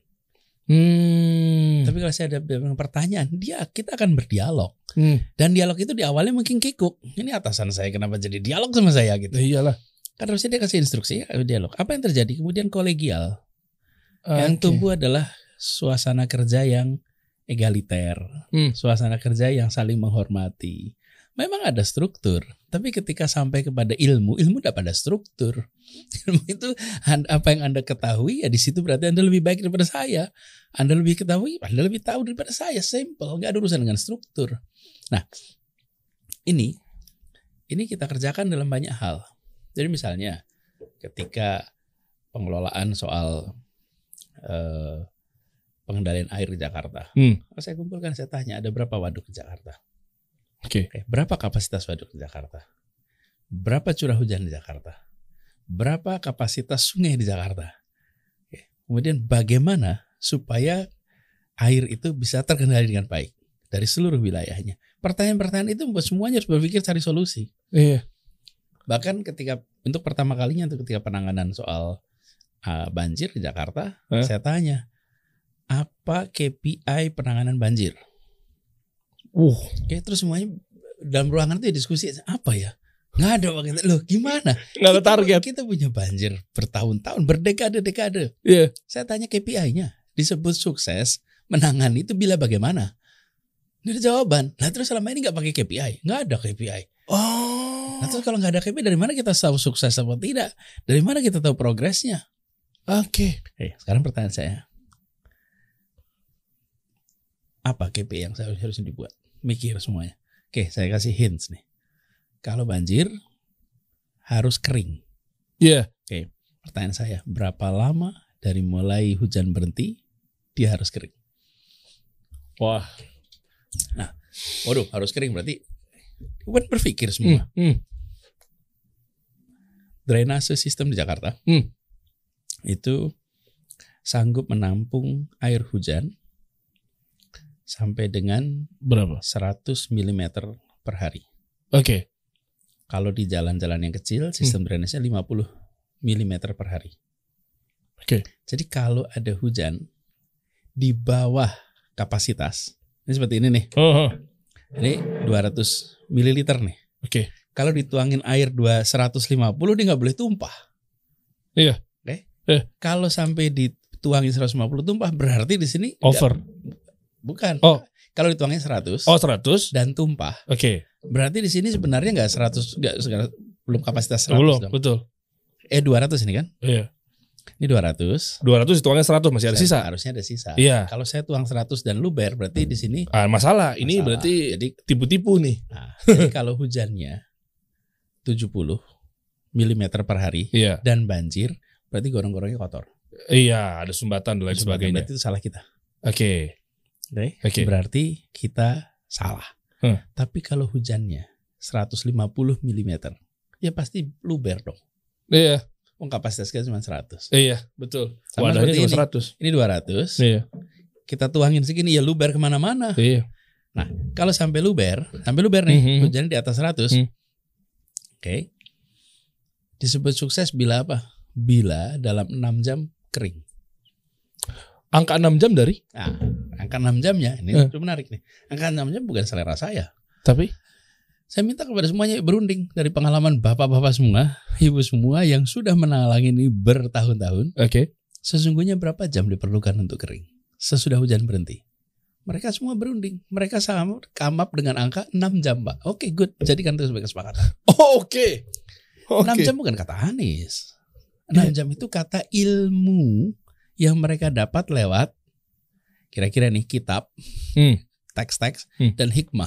Hmm. Tapi kalau saya ada dengan pertanyaan, dia kita akan berdialog. Hmm. Dan dialog itu di awalnya mungkin kikuk. Ini atasan saya kenapa jadi dialog sama saya gitu. Iyalah. Kan harusnya dia kasih instruksi, ya, dialog. Apa yang terjadi? Kemudian kolegial. Yang Oke. tumbuh adalah suasana kerja yang egaliter. Hmm. Suasana kerja yang saling menghormati. Memang ada struktur, tapi ketika sampai kepada ilmu, ilmu tidak pada struktur. Ilmu itu apa yang Anda ketahui, ya di situ berarti Anda lebih baik daripada saya. Anda lebih ketahui, Anda lebih tahu daripada saya. Simple, nggak ada urusan dengan struktur. Nah, ini ini kita kerjakan dalam banyak hal. Jadi misalnya ketika pengelolaan soal eh, pengendalian air di Jakarta, Hmm. saya kumpulkan, saya tanya ada berapa waduk di Jakarta. Oke. Oke, berapa kapasitas waduk di Jakarta? Berapa curah hujan di Jakarta? Berapa kapasitas sungai di Jakarta? Oke. Kemudian bagaimana supaya air itu bisa terkendali dengan baik dari seluruh wilayahnya? Pertanyaan-pertanyaan itu membuat semuanya harus berpikir cari solusi. Iya. Bahkan ketika untuk pertama kalinya untuk ketika penanganan soal uh, banjir di Jakarta, Hah? saya tanya, apa K P I penanganan banjir? Uh. Oke, terus semuanya dalam ruangan itu ya diskusi apa ya? Nggak ada waktu loh, gimana? Nggak ada Kita- target. Kita punya banjir bertahun-tahun, berdekade-dekade. Iya. Saya tanya K P I-nya, disebut sukses menangani itu bila bagaimana? Ini ada jawaban. Nah terus selama ini nggak pakai K P I, nggak ada K P I. Oh. Nah terus kalau nggak ada K P I, dari mana kita tahu sukses atau tidak? Dari mana kita tahu progresnya? Oke. Eh, sekarang pertanyaan saya, apa K P I yang harus harus dibuat? Mikir semuanya. Oke, saya kasih hints nih. Kalau banjir harus kering. Iya. Yeah. Oke, pertanyaan saya, berapa lama dari mulai hujan berhenti dia harus kering? Wah. Nah, waduh, harus kering berarti kan berpikir semua. Hmm, hmm. Drainase sistem di Jakarta hmm. itu sanggup menampung air hujan sampai dengan berapa? seratus milimeter per hari. Oke. Okay. Kalau di jalan-jalan yang kecil, sistem hmm. drainasenya lima puluh milimeter per hari. Oke. Okay. Jadi kalau ada hujan di bawah kapasitas, ini seperti ini nih. Oh, oh. Ini dua ratus mililiter nih. Oke. Okay. Kalau dituangin air dua seratus lima puluh dia nggak boleh tumpah. Iya. Oke. Okay. Eh. Kalau sampai dituangin seratus lima puluh tumpah berarti di sini over. Enggak, bukan. Oh. Kalau dituangin seratus. Oh, seratus dan tumpah. Oke. Okay. Berarti di sini sebenarnya nggak seratus, nggak belum kapasitas seratus belum, dong. Betul. Eh dua ratus ini kan? Iya. Ini dua ratus. dua ratus dituangin seratus masih ada sisa. Harusnya ada sisa. Iya. Kalau saya tuang seratus dan luber berarti di sini ah, masalah. Ini masalah. Berarti jadi tipu-tipu nih. Nah, jadi kalau hujannya tujuh puluh milimeter per hari iya. dan banjir berarti gorong-gorongnya kotor. Iya, ada sumbatan dan lain sebagainya. Berarti itu salah kita. Oke. Okay. Oke. Okay. Okay. Berarti kita salah. Hmm. Tapi kalau hujannya seratus lima puluh milimeter, ya pasti luber dong. Iya. Oh, kapasitas kita cuma seratus. Iya, betul. Sama wadahnya cuma ini. seratus. Ini dua ratus. Iya. Kita tuangin segini ya luber kemana-mana. Iya. Nah, kalau sampai luber, sampai luber nih, mm-hmm. hujannya di atas seratus. Mm. Oke. Okay. Disebut sukses bila apa? Bila dalam enam jam kering. Angka enam jam dari? Nah, angka enam jamnya ini eh. menarik nih. Angka enam jam bukan selera saya. Tapi saya minta kepada semuanya berunding dari pengalaman bapak-bapak semua, ibu semua yang sudah menangani ini bertahun-tahun. Oke. Okay. Sesungguhnya berapa jam diperlukan untuk kering sesudah hujan berhenti? Mereka semua berunding. Mereka sama come up dengan angka enam jam, Pak. Oke, okay, good. Jadikan itu sebagai kesepakatan. Oh, oke. Okay. Okay. enam jam bukan kata Anies. enam jam itu kata ilmu yang mereka dapat lewat kira-kira nih kitab, hmm. teks-teks, hmm. dan hikmah.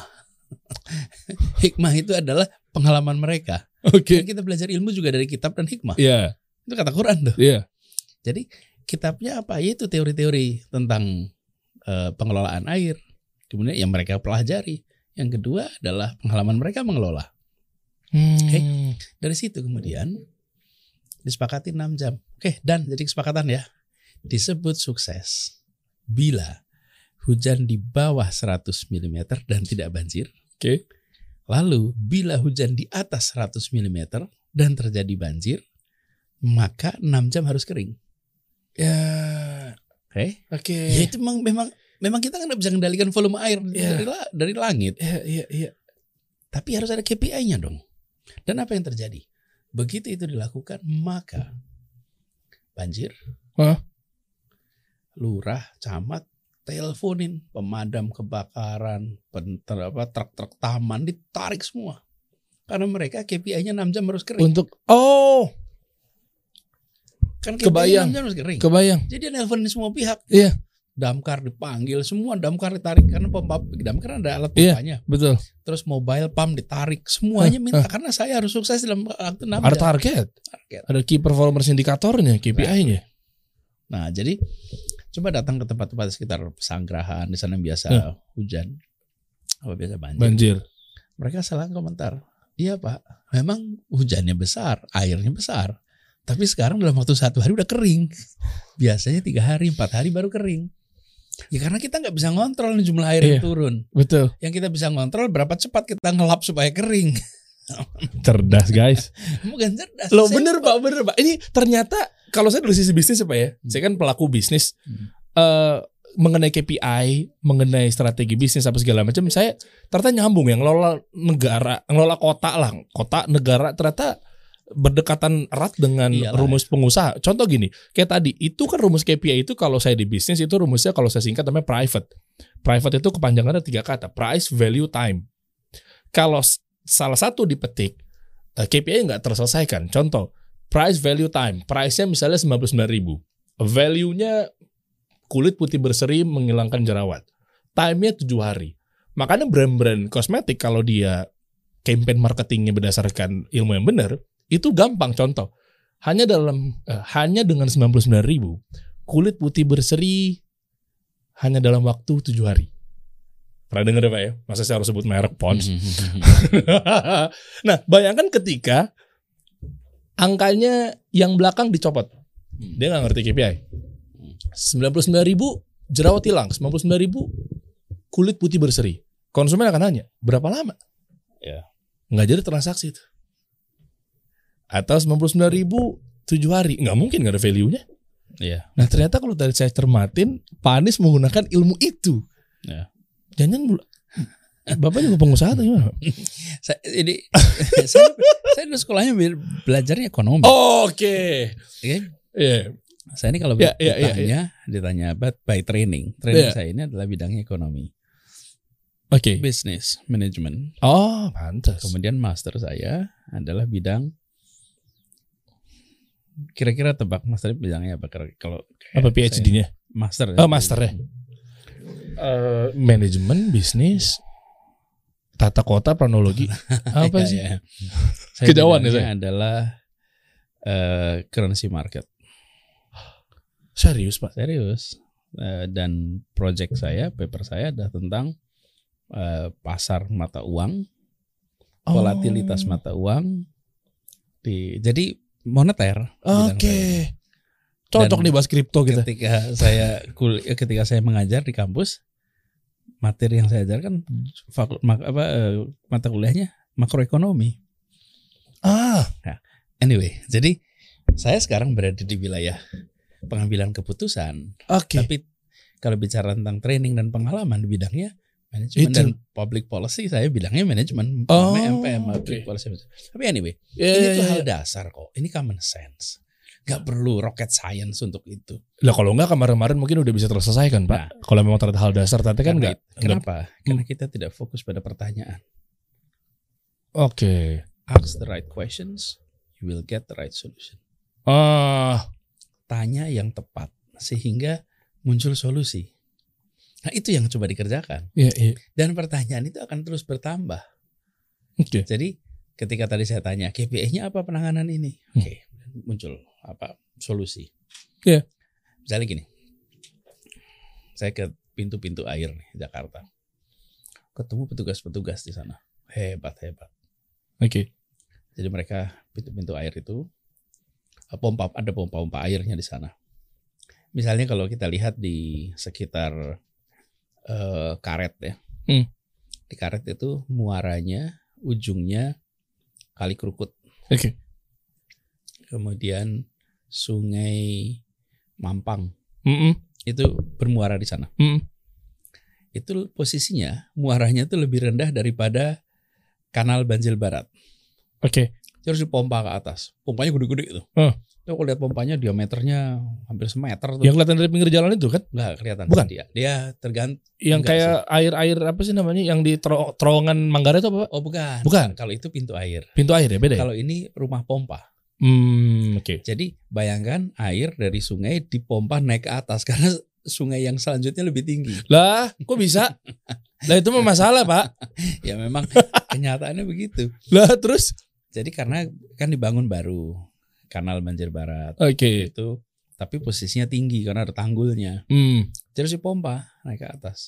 Hikmah itu adalah pengalaman mereka. Oke. Okay. Kita belajar ilmu juga dari kitab dan hikmah. Iya. Yeah. Itu kata Quran tuh. Iya. Yeah. Jadi kitabnya apa? Yaitu teori-teori tentang uh, pengelolaan air. Kemudian yang mereka pelajari. Yang kedua adalah pengalaman mereka mengelola. Hmm. Oke. Okay. Dari situ kemudian disepakati enam jam. Oke, okay, dan jadi kesepakatan ya. Disebut sukses bila hujan di bawah seratus milimeter dan tidak banjir. Oke. Okay. Lalu bila hujan di atas seratus milimeter dan terjadi banjir, maka enam jam harus kering. Ya. Oke. Okay? Oke. Okay. Ya itu memang memang memang kita kan nggak bisa kendalikan volume air yeah. dari dari langit. Iya, yeah, iya, yeah, iya. Yeah. Tapi harus ada K P I-nya dong. Dan apa yang terjadi? Begitu itu dilakukan, maka banjir. Huh? Lurah, camat, teleponin pemadam kebakaran, penter, apa, truk-truk taman ditarik semua. Karena mereka K P I-nya enam jam harus kering. Untuk oh. Kan K P I kebayang. enam jam harus kering. Kebayang. Jadi nelponin semua pihak. Iya. Damkar dipanggil, semua damkar ditarik karena pompa damkar ada alat pompanya. Iya, betul. Terus mobile pump ditarik, semuanya minta uh, uh. karena saya harus sukses dalam waktu enam jam. Ada target. target. Ada key performance indikatornya, K P I-nya. Nah, jadi coba datang ke tempat-tempat sekitar Pesanggerahan, di sana biasa uh. hujan, apa biasa banjir. Banjir. Mereka salah komentar. Iya Pak, memang hujannya besar, airnya besar. Tapi sekarang dalam waktu satu hari udah kering. Biasanya tiga hari, empat hari baru kering. Ya karena kita nggak bisa ngontrol nih jumlah air iya, yang turun. Betul. Yang kita bisa ngontrol berapa cepat kita ngelap supaya kering. Cerdas guys. Bukan cerdas. Loh bener Pak, bener Pak. Ini ternyata kalau saya dari sisi bisnis Pak ya, hmm. saya kan pelaku bisnis. Hmm. Uh, mengenai K P I, mengenai strategi bisnis apa segala macam, saya ternyata nyambung yang ngelola negara, ngelola kota lah, kota negara ternyata berdekatan erat dengan Iyalah. rumus pengusaha. Contoh gini, kayak tadi itu kan rumus K P I itu kalau saya di bisnis itu rumusnya kalau saya singkat namanya private. Private itu kepanjangannya tiga kata, price, value, time. Kalau salah satu dipetik, K P I nggak terselesaikan. Contoh, price, value, time. Price-nya misalnya sembilan puluh sembilan ribu. Value-nya kulit putih berseri menghilangkan jerawat. time-nya tujuh hari. Makanya brand-brand kosmetik kalau dia campaign marketingnya berdasarkan ilmu yang benar, itu gampang. Contoh, hanya dalam eh, hanya dengan sembilan puluh sembilan ribu kulit putih berseri hanya dalam waktu tujuh hari. Pernah dengar ya Pak ya? Masa saya harus sebut merek Pond's? Nah, bayangkan ketika angkanya yang belakang dicopot. Dia nggak ngerti K P I. sembilan puluh sembilan ribu jerawat hilang, sembilan puluh sembilan ribu kulit putih berseri. Konsumen akan nanya, berapa lama? Ya. Nggak jadi transaksi itu. Atau sembilan puluh sembilan ribu tujuh hari. Nggak mungkin nggak ada value-nya. Iya. Nah ternyata kalau tadi saya cermatin, Pak Anies menggunakan ilmu itu. Ya. Jangan Bapak juga pengusaha atau gimana? Saya, ini, saya, saya dulu sekolahnya belajarnya ekonomi. Oh, Oke. Okay? Iya. Saya ini kalau Ya, ya, ditanya, ya, ya. ditanya but by training, training Ya. saya ini adalah bidangnya ekonomi, Oke. business management. Oh, pantas. Kemudian master saya adalah bidang, kira-kira tebak master bidangnya apa? Kalau Apa P H D-nya? Master. Oh, master ya. Uh, manajemen, bisnis, tata kota, planologi. Apa Ya, sih? ya. Saya Kejauhan ya bidangnya saya? adalah uh, currency market. Serius Pak? Serius. Uh, dan project saya, paper saya adalah tentang uh, pasar mata uang, volatilitas Oh. mata uang. Di, jadi moneter. Oke. bidang saya. Cocok Dan nih bahas kripto kita. Ketika saya kul ketika saya mengajar di kampus, materi yang saya ajarkan fakul mak apa uh, mata kuliahnya makroekonomi. Ah, Anyway, jadi saya sekarang berada di wilayah pengambilan keputusan. oke. Tapi kalau bicara tentang training dan pengalaman di bidangnya manajemen Itu. dan public policy, saya bidangnya manajemen, Oh, M P M, oke. public policy. Tapi anyway, Ya, ini ya, tuh ya, hal ya. dasar kok. Ini common sense. Gak perlu rocket science untuk itu. Lah kalau enggak kemarin-kemarin mungkin udah bisa terselesaikan Pak. Nah. Kalau memang ternyata hal dasar, tapi kan Karena enggak. it- Kenapa? Karena kita tidak fokus pada pertanyaan. Oke. Ask the right questions, you will get the right solution. Ah, Tanya yang tepat sehingga muncul solusi. Nah itu yang coba dikerjakan. iya, iya. Dan pertanyaan itu akan terus bertambah. Oke. Jadi ketika tadi saya tanya K P I-nya apa penanganan ini? Oke, muncul apa solusi? Iya. Misalnya gini, saya ke pintu-pintu air nih Jakarta, ketemu petugas-petugas di sana, hebat hebat. Oke. Jadi mereka pintu-pintu air itu pompa ada pompa-pompa airnya di sana. Misalnya kalau kita lihat di sekitar eh, karet ya, Hmm. di karet itu muaranya ujungnya Kali Krukut. Oke. Kemudian Sungai Mampang Mm-mm. itu bermuara di sana. Mm-mm. Itu posisinya muaranya itu lebih rendah daripada Kanal Banjir Barat. Oke. Terus dipompa ke atas. Pompanya gede-gede itu. Oh. Tuh kalau lihat pompanya diameternya hampir semeter tuh. Yang kelihatan dari pinggir jalan itu kan? Nggak kelihatan Bukan? dia. Dia tergantung. Yang Enggak kayak air-air apa sih namanya? Yang di tero- terowongan Manggarai itu apa Pak? Oh bukan. Bukan. Kalau itu pintu air. Pintu air ya beda ya? Kalau ini rumah pompa. Hmm, oke. Jadi bayangkan air dari sungai dipompa naik ke atas karena sungai yang selanjutnya lebih tinggi. Lah, kok bisa? Lah itu mah masalah, Pak. Ya memang kenyataannya begitu. Lah terus? Jadi karena kan dibangun baru Kanal Banjir Barat Oke. itu, tapi posisinya tinggi karena ada tanggulnya. Hmm. Terus dipompa naik ke atas.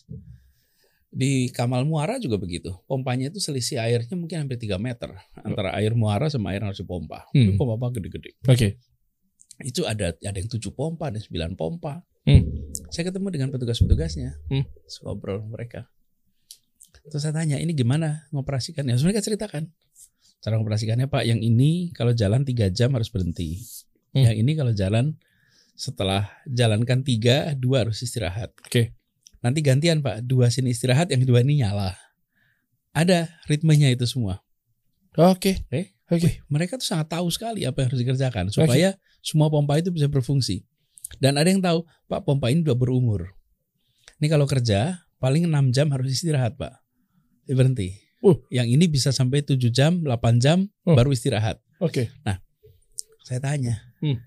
Di Kamal Muara juga begitu. Pompanya itu selisih airnya mungkin hampir tiga meter antara air muara sama air yang harus dipompa. Hmm. Tapi pompa gede-gede. Oke. Itu ada ada yang tujuh pompa, ada sembilan pompa. Hmm. Saya ketemu dengan petugas-petugasnya, Hmm. Terus ngobrol mereka. Terus saya tanya, ini gimana ngoperasikannya? Terus mereka ceritakan. Cara mengoperasikannya Pak, yang ini kalau jalan tiga jam harus berhenti. Hmm. Yang ini kalau jalan setelah jalankan tiga, dua harus istirahat. Oke. Nanti gantian Pak, dua sini istirahat, yang dua ini nyala. Ada ritmenya itu semua. Oke. Eh, Oke. Wih, mereka tuh sangat tahu sekali apa yang harus dikerjakan supaya semua pompa itu bisa berfungsi. Dan ada yang tahu, Pak pompa ini udah berumur. Ini kalau kerja paling enam jam harus istirahat Pak. Dia berhenti. Uh. Yang ini bisa sampai tujuh jam, delapan jam Uh. baru istirahat. Oke. Saya tanya, Hmm.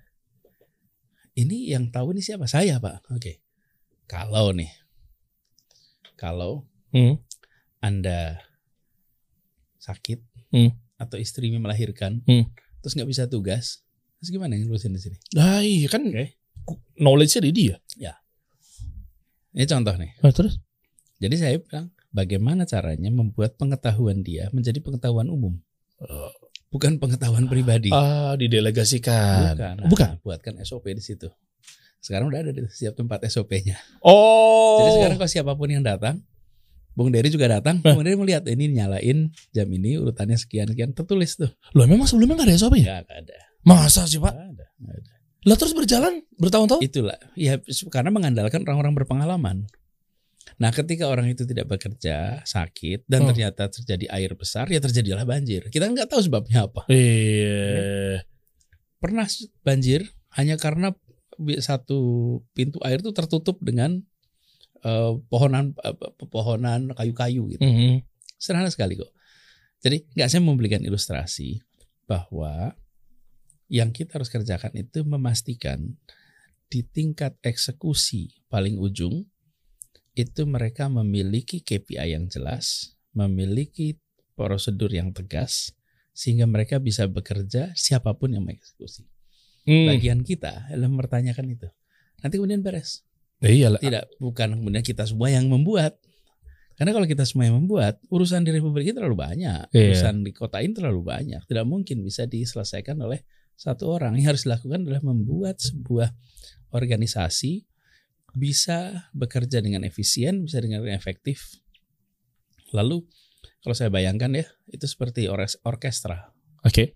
ini yang tahu ini siapa? Saya Pak. Oke. Kalau nih, kalau Hmm. Anda sakit Hmm. atau istrinya melahirkan, Hmm. terus nggak bisa tugas, terus gimana yang ngurusin di sini? Nah, iya kan Oke. knowledge-nya di dia. Ini contoh nih. Nah, terus? Jadi saya bilang, bagaimana caranya membuat pengetahuan dia menjadi pengetahuan umum, bukan pengetahuan pribadi. Ah, didelegasikan. Bukan. Oh, bukan. Nah, buatkan S O P di situ. Sekarang udah ada di setiap tempat S O P-nya. Oh. Jadi sekarang kalau siapapun yang datang, Bung Dery juga datang, Bung Dery melihat ini nyalain jam ini urutannya sekian sekian, tertulis tuh. Loh, memang sebelumnya nggak ada S O P ya? Nggak ada. Masa sih, Pak? Nggak ada. Nggak ada. Lah terus berjalan bertahun-tahun? Itulah, ya karena mengandalkan orang-orang berpengalaman. Nah, ketika orang itu tidak bekerja, sakit, dan Hmm. ternyata terjadi air besar, ya terjadilah banjir. Kita nggak tahu sebabnya apa. Iya. Pernah banjir hanya karena satu pintu air itu tertutup dengan uh, pohonan, uh, pepohonan kayu-kayu gitu. Mhm. Sederhana sekali kok. Jadi nggak saya memberikan ilustrasi bahwa yang kita harus kerjakan itu memastikan di tingkat eksekusi paling ujung itu mereka memiliki K P I yang jelas, memiliki prosedur yang tegas, sehingga mereka bisa bekerja siapapun yang mengeksekusi. Hmm. Bagian kita adalah mempertanyakan itu. Nanti kemudian beres. Ya iyalah. Tidak, bukan kemudian kita semua yang membuat. Karena kalau kita semua yang membuat, urusan di Republik ini terlalu banyak, Iya. urusan di kota ini terlalu banyak. Tidak mungkin bisa diselesaikan oleh satu orang. Yang harus dilakukan adalah membuat sebuah organisasi bisa bekerja dengan efisien, bisa dengan efektif. Lalu kalau saya bayangkan ya, itu seperti ores- orkestra. Oke.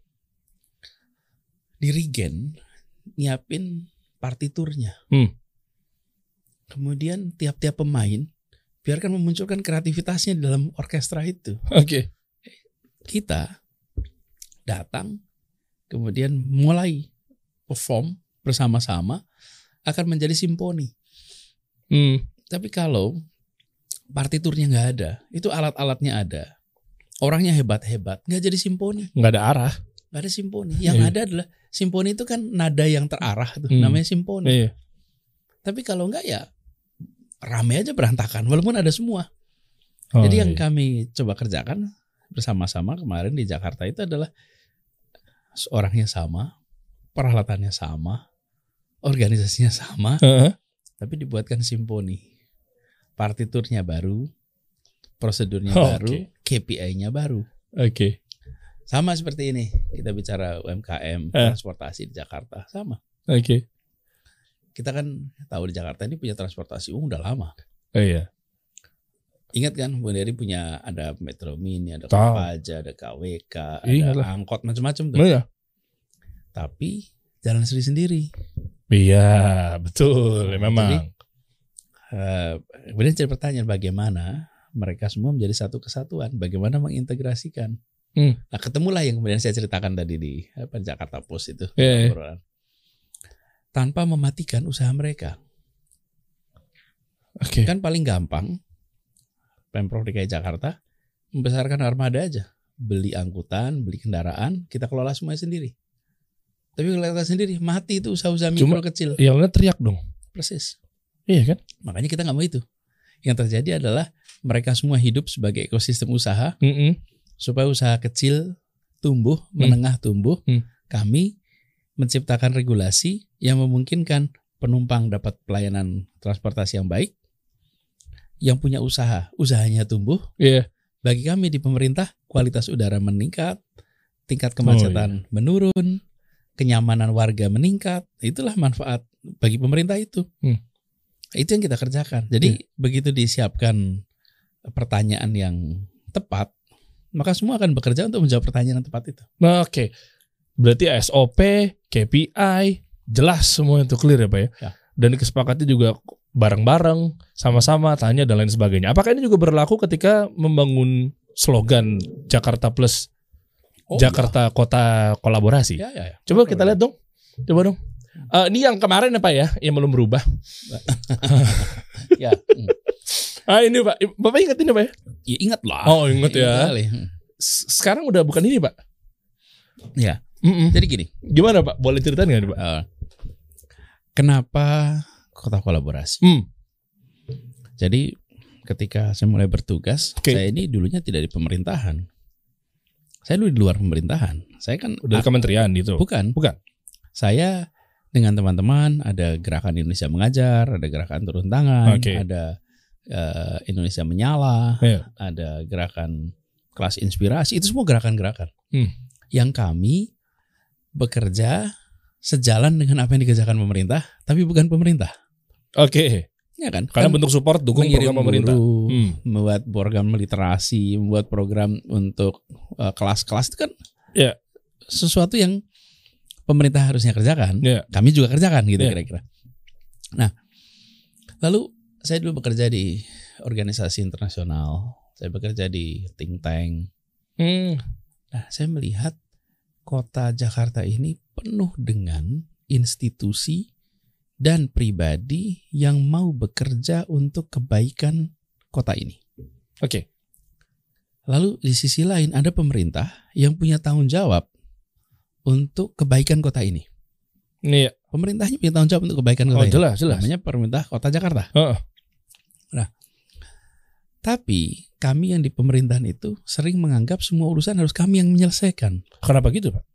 Dirigen nyiapin partiturnya. Hmm. Kemudian tiap-tiap pemain biarkan memunculkan kreativitasnya di dalam orkestra itu. Oke. Kita datang, kemudian mulai perform bersama-sama, akan menjadi simfoni. Hmm. Tapi kalau partiturnya nggak ada, itu alat-alatnya ada, orangnya hebat-hebat, nggak jadi simfoni, Nggak ada arah. nggak ada simfoni. Yang Iya. ada adalah simfoni itu kan nada yang terarah tuh, Hmm. namanya simfoni. Iya. Tapi kalau nggak ya rame aja berantakan, walaupun ada semua. Oh, Jadi yang iya. kami coba kerjakan bersama-sama kemarin di Jakarta itu adalah orangnya sama, peralatannya sama, organisasinya sama, Heeh. tapi dibuatkan simfoni. Partiturnya baru, prosedurnya Oh, baru, oke. K P I-nya baru. Oke. Sama seperti ini, kita bicara U M K M, Eh. transportasi di Jakarta, sama. Oke. Kita kan tahu di Jakarta ini punya transportasi umum udah lama. Oh, iya. Ingat kan, Bu Dery punya ada Metro Mini, ada Tahu. Kopaja, ada K W K, Ingat ada lah. angkot macam-macam tuh. Oh, iya. Tapi jalan sendiri-sendiri. Iya, betul. Memang. Jadi, Uh, kemudian jadi pertanyaan bagaimana mereka semua menjadi satu kesatuan, bagaimana mengintegrasikan. Hmm. Nah, ketemulah yang kemudian saya ceritakan tadi di apa, Jakarta Post itu, Iya, iya. obrolan. Tanpa mematikan usaha mereka. Oke. Kan paling gampang Pemprov D K I Jakarta membesarkan armada aja, beli angkutan, beli kendaraan, kita kelola semuanya sendiri. Tapi kalau kita sendiri mati itu usaha-usaha mikro Cuma- kecil. Yang lain teriak dong. Persis. Iya kan? Makanya kita nggak mau itu. Yang terjadi adalah mereka semua hidup sebagai ekosistem usaha Mm-mm. supaya usaha kecil tumbuh, menengah tumbuh. Hmm. Kami menciptakan regulasi yang memungkinkan penumpang dapat pelayanan transportasi yang baik. Yang punya usaha, usahanya tumbuh. Iya. Bagi kami di pemerintah, kualitas udara meningkat, tingkat kemacetan menurun, kenyamanan warga meningkat. Itulah manfaat bagi pemerintah itu. Hmm. Itu yang kita kerjakan. Jadi begitu disiapkan pertanyaan yang tepat, maka semua akan bekerja untuk menjawab pertanyaan yang tepat itu. Nah, oke. Berarti S O P, K P I, jelas semua itu clear ya Pak ya? Ya. Dan disepakati juga bareng-bareng, sama-sama, tanya dan lain sebagainya. Apakah ini juga berlaku ketika membangun slogan Jakarta Plus, Oh, Jakarta Kota Kolaborasi? Ya, ya, ya. Coba kita lihat dong. Coba dong. Eh, ini yang kemarin ya Pak ya, yang belum berubah. Ya, hmm. Ah ini Pak, Bapak ingat ini Pak ya? Ya, ingat lah. Oh, ingat ya. kali. S- Sekarang udah bukan ini Pak. Ya. Mm-mm. Jadi gini, Gimana Pak? Boleh ceritain nggak nih Pak? eh, kenapa kota kolaborasi? Hmm. Jadi ketika saya mulai bertugas, Oke. saya ini dulunya tidak di pemerintahan. Saya dulu di luar pemerintahan. Saya kan Udah kementerian gitu. bukan. Bukan. Saya dengan teman-teman ada gerakan Indonesia Mengajar, ada gerakan turun tangan, Oke. ada uh, Indonesia Menyala, Iya. ada gerakan kelas inspirasi. Itu semua gerakan-gerakan Hmm. yang kami bekerja sejalan dengan apa yang dikerjakan pemerintah, tapi bukan pemerintah. Oke. Ya kan? Karena Kan bentuk support dukung mengirim program pemerintah. guru, Hmm. membuat program literasi, membuat program untuk uh, kelas-kelas itu kan Ya. sesuatu yang pemerintah harusnya kerjakan. Ya. Kami juga kerjakan gitu Ya. kira-kira. Nah, lalu saya dulu bekerja di organisasi internasional. Saya bekerja di think tank. Hmm. Nah, saya melihat kota Jakarta ini penuh dengan institusi dan pribadi yang mau bekerja untuk kebaikan kota ini. Oke. Lalu di sisi lain ada pemerintah yang punya tanggung jawab untuk kebaikan kota ini. Ini ya. Pemerintahnya punya tanggung jawab untuk kebaikan kota Oh, ini. jelas, jelas. Namanya pemerintah kota Jakarta. Heeh. Tapi kami yang di pemerintahan itu sering menganggap semua urusan harus kami yang menyelesaikan. Kenapa gitu, Pak?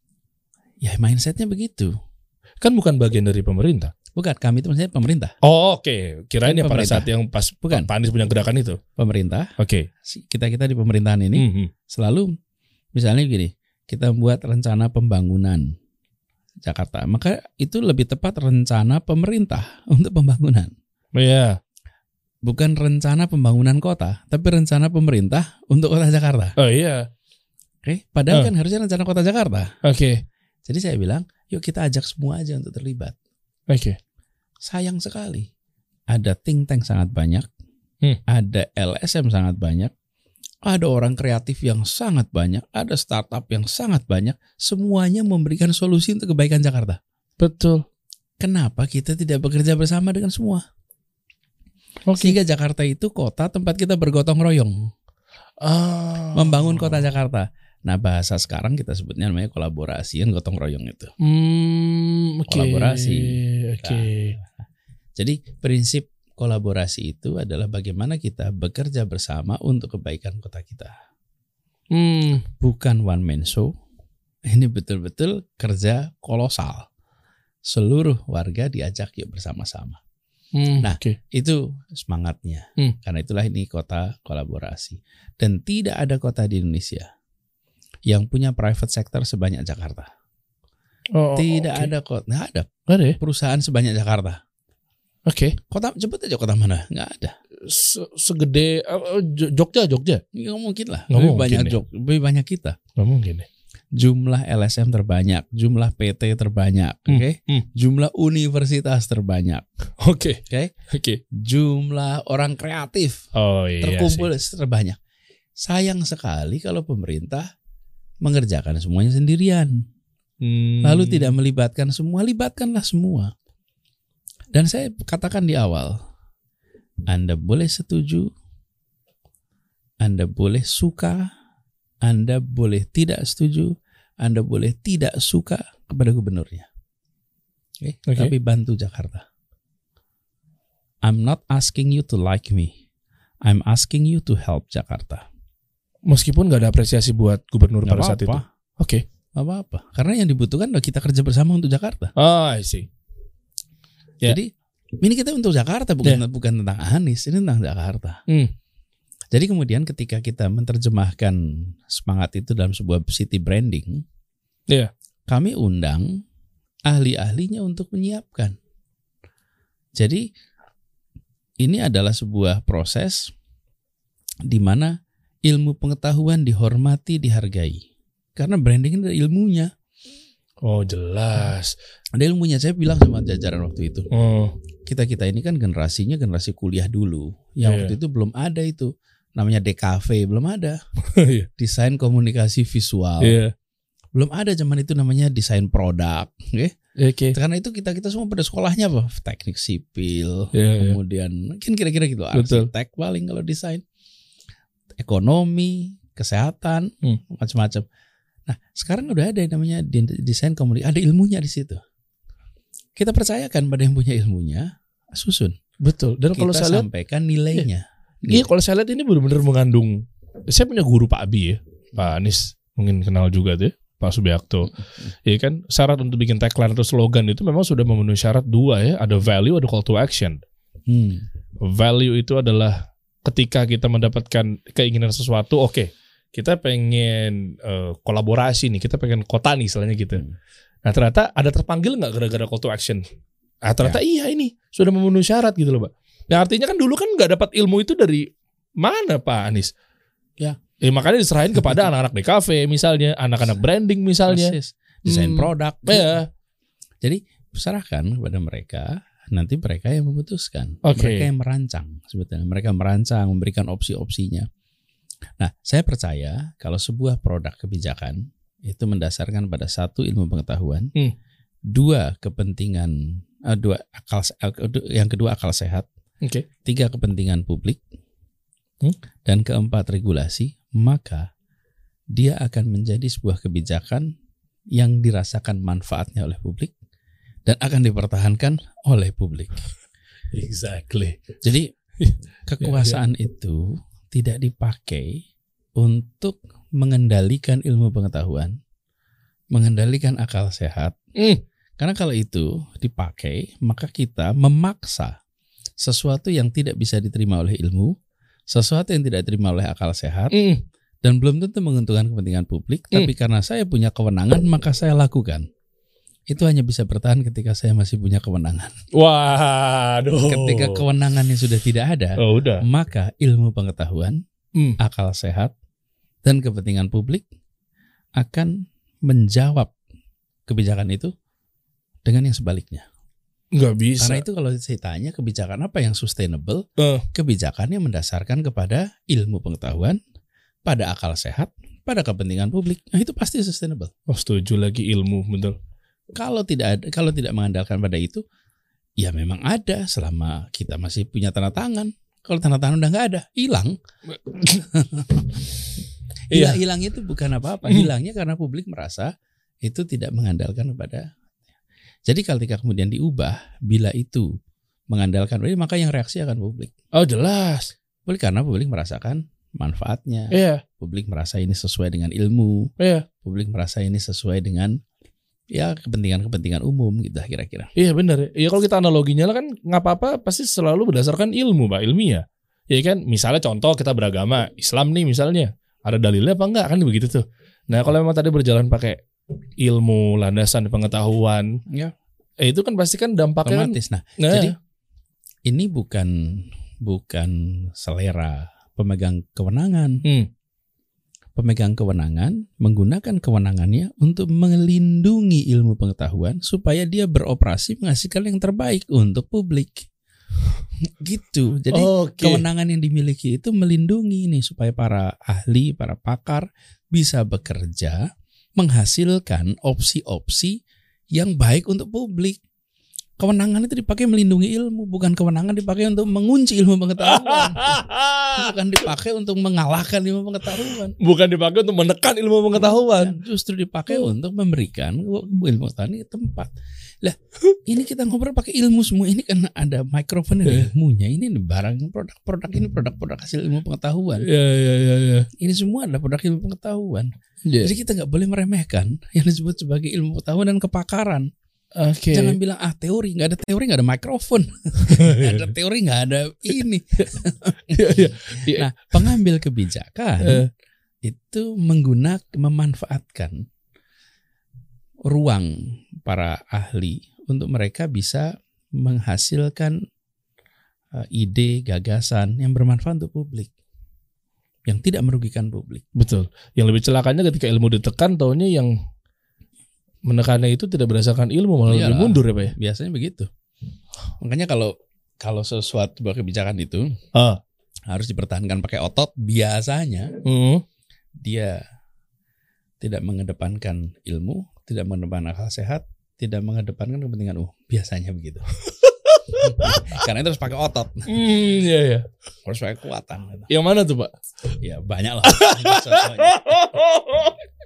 Ya mindsetnya begitu. Kan bukan bagian dari pemerintah. Bukan, kami itu maksudnya pemerintah. Oh, oke. Kirain Kan ya pada pemerintah. saat yang pas Bukan. Pak Anies punya gerakan itu. Pemerintah, Oke. kita-kita di pemerintahan ini Mhm. selalu misalnya gini, kita membuat rencana pembangunan Jakarta. Maka itu lebih tepat rencana pemerintah untuk pembangunan. Iya. Bukan rencana pembangunan kota, tapi rencana pemerintah untuk kota Jakarta. Oh iya. Oke, padahal Eh. kan harusnya rencana kota Jakarta. Oke. Jadi saya bilang, yuk kita ajak semua aja untuk terlibat. Oke. Sayang sekali, ada think tank sangat banyak, Hmm. ada L S M sangat banyak, ada orang kreatif yang sangat banyak, ada startup yang sangat banyak, semuanya memberikan solusi untuk kebaikan Jakarta. Betul. Kenapa kita tidak bekerja bersama dengan semua? Oke. Sehingga Jakarta itu kota tempat kita bergotong royong, Ah. membangun kota Jakarta. Nah, bahasa sekarang kita sebutnya namanya kolaborasi, kan gotong royong itu. Hmm, oke. Kolaborasi. Oke. Jadi prinsip kolaborasi itu adalah bagaimana kita bekerja bersama untuk kebaikan kota kita. Hmm. Bukan one man show. Ini betul-betul kerja kolosal. Seluruh warga diajak yuk bersama-sama. Hmm, Nah, oke. Itu semangatnya. Hmm. Karena itulah ini kota kolaborasi. Dan tidak ada kota di Indonesia yang punya private sector sebanyak Jakarta. Oh, Tidak oke. ada kota, nggak ada Ada ya? perusahaan sebanyak Jakarta. Oke. Kota, sebut aja kota mana? Nggak ada. Se- Segede uh, uh, Jogja, Jogja. Nggak mungkin lah. Nggak Lebih mungkin banyak ya. Jog, lebih banyak kita. Nggak mungkin deh. Jumlah L S M terbanyak, jumlah P T terbanyak, Hmm, oke? hmm. Jumlah universitas terbanyak, Oke. oke? Oke. Jumlah orang kreatif Oh iya terkumpul sih. terbanyak. Sayang sekali kalau pemerintah mengerjakan semuanya sendirian, Hmm. lalu tidak melibatkan semua. Libatkanlah semua. Dan saya katakan di awal, Anda boleh setuju, Anda boleh suka, Anda boleh tidak setuju, Anda boleh tidak suka kepada gubernurnya. Oke, Oke. tapi bantu Jakarta. I'm not asking you to like me. I'm asking you to help Jakarta. Meskipun nggak ada apresiasi buat gubernur Nggak pada saat itu. apa-apa. Oke. Gak apa-apa. Karena yang dibutuhkan adalah kita kerja bersama untuk Jakarta. Oh, I see. Ya. Jadi ini kita untuk Jakarta, bukan bukan tentang Anies, ini tentang Jakarta. Hmm. Jadi kemudian ketika kita menerjemahkan semangat itu dalam sebuah city branding, Iya. kami undang ahli-ahlinya untuk menyiapkan. Jadi ini adalah sebuah proses di mana ilmu pengetahuan dihormati, dihargai. Karena branding ini ada ilmunya. Oh, jelas. Ada ilmunya. Saya bilang sama jajaran waktu itu, Oh. kita-kita ini kan generasinya generasi kuliah dulu. Yang Iya. waktu itu belum ada itu. Namanya D K V, belum ada. Iya. Desain komunikasi visual. Iya. Belum ada zaman itu namanya desain produk. Okay? Oke. Karena itu kita-kita semua pada sekolahnya apa? Teknik sipil. Iya, iya. Kemudian mungkin kira-kira gitu. Betul. Arsitek paling kalau desain. Ekonomi, kesehatan, Hmm. macam-macam. Nah, sekarang udah ada yang namanya desain komunikasi. Ada ilmunya di situ. Kita percayakan pada yang punya ilmunya, susun. Betul. Dan Kita kalau saya lihat sampaikan nilainya. Iya, kalau saya lihat ini benar-benar mengandung. Saya punya guru Pak Abi ya, Pak Anies, mungkin kenal juga tuh, Pak Subiakto. Iya kan, syarat untuk bikin tagline atau slogan itu memang sudah memenuhi syarat dua ya, ada value, ada call to action. Hmm. Value itu adalah ketika kita mendapatkan keinginan sesuatu, oke, okay, kita pengen uh, kolaborasi nih, kita pengen kota nih, istilahnya gitu. Hmm. Nah ternyata ada terpanggil nggak gara-gara call to action? Nah ternyata ya. Iya ini sudah memenuhi syarat gitu loh Pak. Nah artinya kan dulu kan nggak dapat ilmu itu dari mana Pak Anies? Ya. Eh, makanya diserahin kepada anak-anak D K V misalnya, anak-anak branding misalnya, persis. Desain hmm. produk. Ya. Jadi serahkan kepada mereka, nanti mereka yang memutuskan, okay. mereka yang merancang sebetulnya, mereka merancang, memberikan opsi-opsinya. Nah, saya percaya kalau sebuah produk kebijakan itu mendasarkan pada satu ilmu pengetahuan, hmm. dua kepentingan, uh, dua akal, yang kedua akal sehat, okay. tiga kepentingan publik, hmm. dan keempat regulasi, maka dia akan menjadi sebuah kebijakan yang dirasakan manfaatnya oleh publik dan akan dipertahankan oleh publik. Exactly. Jadi kekuasaan yeah, yeah. itu tidak dipakai untuk mengendalikan ilmu pengetahuan, mengendalikan akal sehat. Mm. Karena kalau itu dipakai, maka kita memaksa sesuatu yang tidak bisa diterima oleh ilmu, sesuatu yang tidak diterima oleh akal sehat, mm. dan belum tentu menguntungkan kepentingan publik, mm. tapi karena saya punya kewenangan, maka saya lakukan. Itu hanya bisa bertahan ketika saya masih punya kewenangan. Waduh. Ketika kewenangannya sudah tidak ada, oh, udah. maka ilmu pengetahuan, mm. akal sehat, dan kepentingan publik akan menjawab kebijakan itu dengan yang sebaliknya. Nggak bisa. Karena itu kalau saya tanya kebijakan apa yang sustainable, uh. kebijakan yang mendasarkan kepada ilmu pengetahuan, pada akal sehat, pada kepentingan publik. Nah itu pasti sustainable. Oh, setuju lagi, ilmu, betul. Kalau tidak ada, kalau tidak mengandalkan pada itu, ya memang ada selama kita masih punya tanda tangan. Kalau tanda tangan udah nggak ada, hilang. Hilang, hilangnya itu bukan apa-apa. Hilangnya karena publik merasa itu tidak mengandalkan kepada. Jadi ketika kemudian diubah, bila itu mengandalkan, maka yang reaksi akan publik. Oh jelas. Publik karena publik merasakan manfaatnya. Iya. Publik merasa ini sesuai dengan ilmu. Iya. Publik merasa ini sesuai dengan ya kepentingan-kepentingan umum gitu kira-kira. Iya benar. Iya kalau kita analoginya lah kan nggak apa-apa pasti selalu berdasarkan ilmu Pak, ilmiah. Ya kan misalnya contoh kita beragama Islam nih misalnya ada dalilnya apa enggak kan begitu tuh. Nah kalau memang tadi berjalan pakai ilmu landasan pengetahuan, ya eh, itu kan pasti kan dampaknya otomatis. Kan, nah, nah, jadi ini bukan bukan selera pemegang kewenangan. Hmm. Pemegang kewenangan menggunakan kewenangannya untuk melindungi ilmu pengetahuan supaya dia beroperasi menghasilkan yang terbaik untuk publik. Gitu. Jadi okay. kewenangan yang dimiliki itu melindungi ini supaya para ahli, para pakar bisa bekerja menghasilkan opsi-opsi yang baik untuk publik. Kewenangan itu dipakai melindungi ilmu, bukan kewenangan dipakai untuk mengunci ilmu pengetahuan. Bukan dipakai untuk mengalahkan ilmu pengetahuan. Bukan dipakai untuk menekan ilmu pengetahuan. Justru dipakai hmm. untuk memberikan ilmu pengetahuan tempat. Lah, ini kita ngobrol pakai ilmu semua ini kan ada mikrofon dan ilmunya. Ini barang produk-produk ini produk-produk hasil ilmu pengetahuan. Ya, ya, ya, ya. Ini semua adalah produk ilmu pengetahuan. Yeah. Jadi kita nggak boleh meremehkan yang disebut sebagai ilmu pengetahuan dan kepakaran. Okay. Jangan bilang ah teori, nggak ada teori, nggak ada mikrofon, nggak ada teori, nggak ada ini. Nah, pengambil kebijakan uh. itu menggunakan, memanfaatkan ruang para ahli untuk mereka bisa menghasilkan uh, ide, gagasan yang bermanfaat untuk publik, yang tidak merugikan publik. Betul. Yang lebih celakanya ketika ilmu ditekan, taunya yang menekannya itu tidak berdasarkan ilmu malah lebih mundur ya Pak ya? Biasanya begitu. Makanya kalau kalau sesuatu kebijakan itu uh. harus dipertahankan pakai otot, biasanya uh. dia tidak mengedepankan ilmu, tidak mengedepankan akal sehat, tidak mengedepankan kepentingan umum. Biasanya begitu. Karena itu harus pakai otot. Hmm, iya, iya. Harus pakai kekuatan. Gitu. Yang mana tuh Pak? Ya banyak lah.